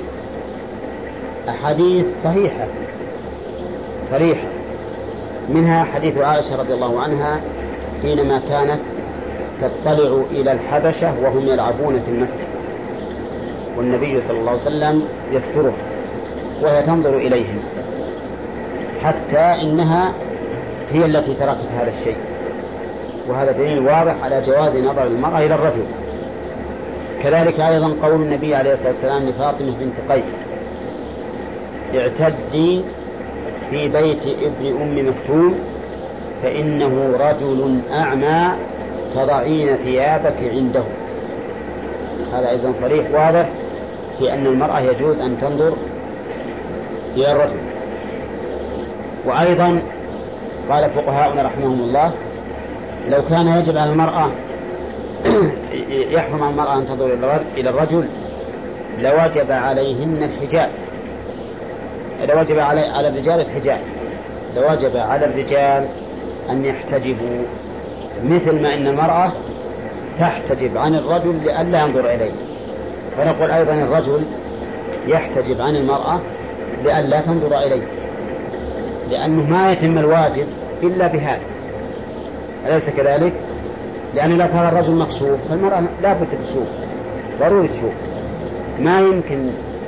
أحاديث صحيحة صريحة، منها حديث عائشة رضي الله عنها حينما كانت تطلع إلى الحبشة وهم يلعبون في المسجد والنبي صلى الله عليه وسلم يسترها وهي تنظر إليهم حتى إنها هي التي تركت هذا الشيء. وهذا دليل واضح على جواز نظر المرأة إلى الرجل. كذلك أيضا قول النبي عليه الصلاة والسلام لفاطمة بنت قيس اعتدي في بيت ابن أم مكتوم فإنه رجل أعمى تضعين ثيابك عنده. هذا أيضا صريح واضح في أن المرأة يجوز أن تنظر إلى الرجل. وأيضا قال فقهاؤنا رحمهم الله لو كان يجب على المرأة يحرم على المرأة أن تنظر إلى الرجل لوجب عليهن الحجاب، لوجب على على الرجال الحجاب، لوجب على الرجال أن يحتجبوا مثل ما إن المرأة تحتجب عن الرجل لئلا ينظر إليه، فنقول أيضا الرجل يحتجب عن المرأة لئلا تنظر إليه، لأنه ما يتم الواجب إلا بهذا، أليس كذلك؟ لأن إذا صار الرجل مكشوف فالمرأة لا بد تشوف، ضروري تشوف، ما يمكن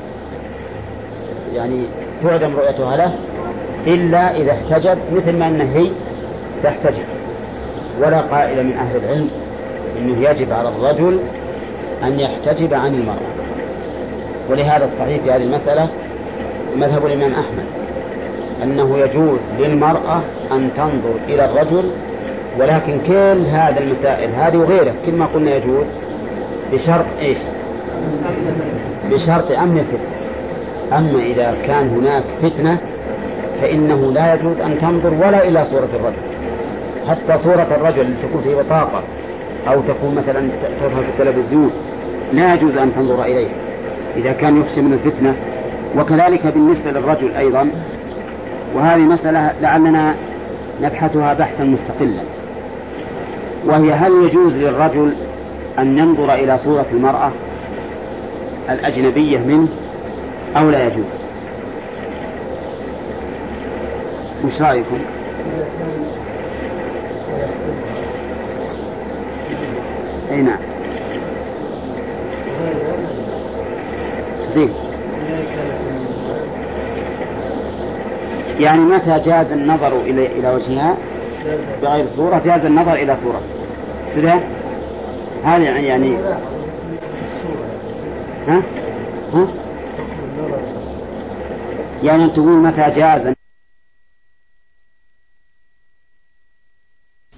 يعني تعدم رؤيتها له إلا إذا احتجب مثل ما أنه هي تحتجب. ولا قائل من أهل العلم أنه يجب على الرجل أن يحتجب عن المرأة. ولهذا الصحيح في هذه المسألة مذهب الإمام أحمد أنه يجوز للمرأة أن تنظر إلى الرجل، ولكن كل هذا المسائل هذه وغيره كل ما قلنا يجوز بشرط إيش؟ بشرط أمن الفتنة. أما إذا كان هناك فتنة فإنه لا يجوز أن تنظر ولا إلى صورة الرجل، حتى صورة الرجل اللي تكون في بطاقة أو تكون مثلا تظهر في التلفزيون لا يجوز أن تنظر إليه إذا كان يخشى من الفتنة. وكذلك بالنسبة للرجل أيضا، وهذه مسألة لعلنا نبحثها بحثا مستقلا، وهي هل يجوز للرجل أن ينظر إلى صورة المرأة الأجنبية منه أو لا يجوز؟ وش رأيكم؟ أي نعم زين. يعني متى جاز النظر إلى إلى وجهها بغير صورة جاز النظر إلى صورة كذا. هذا يعني يعني ها ها يعني تقول متى جاز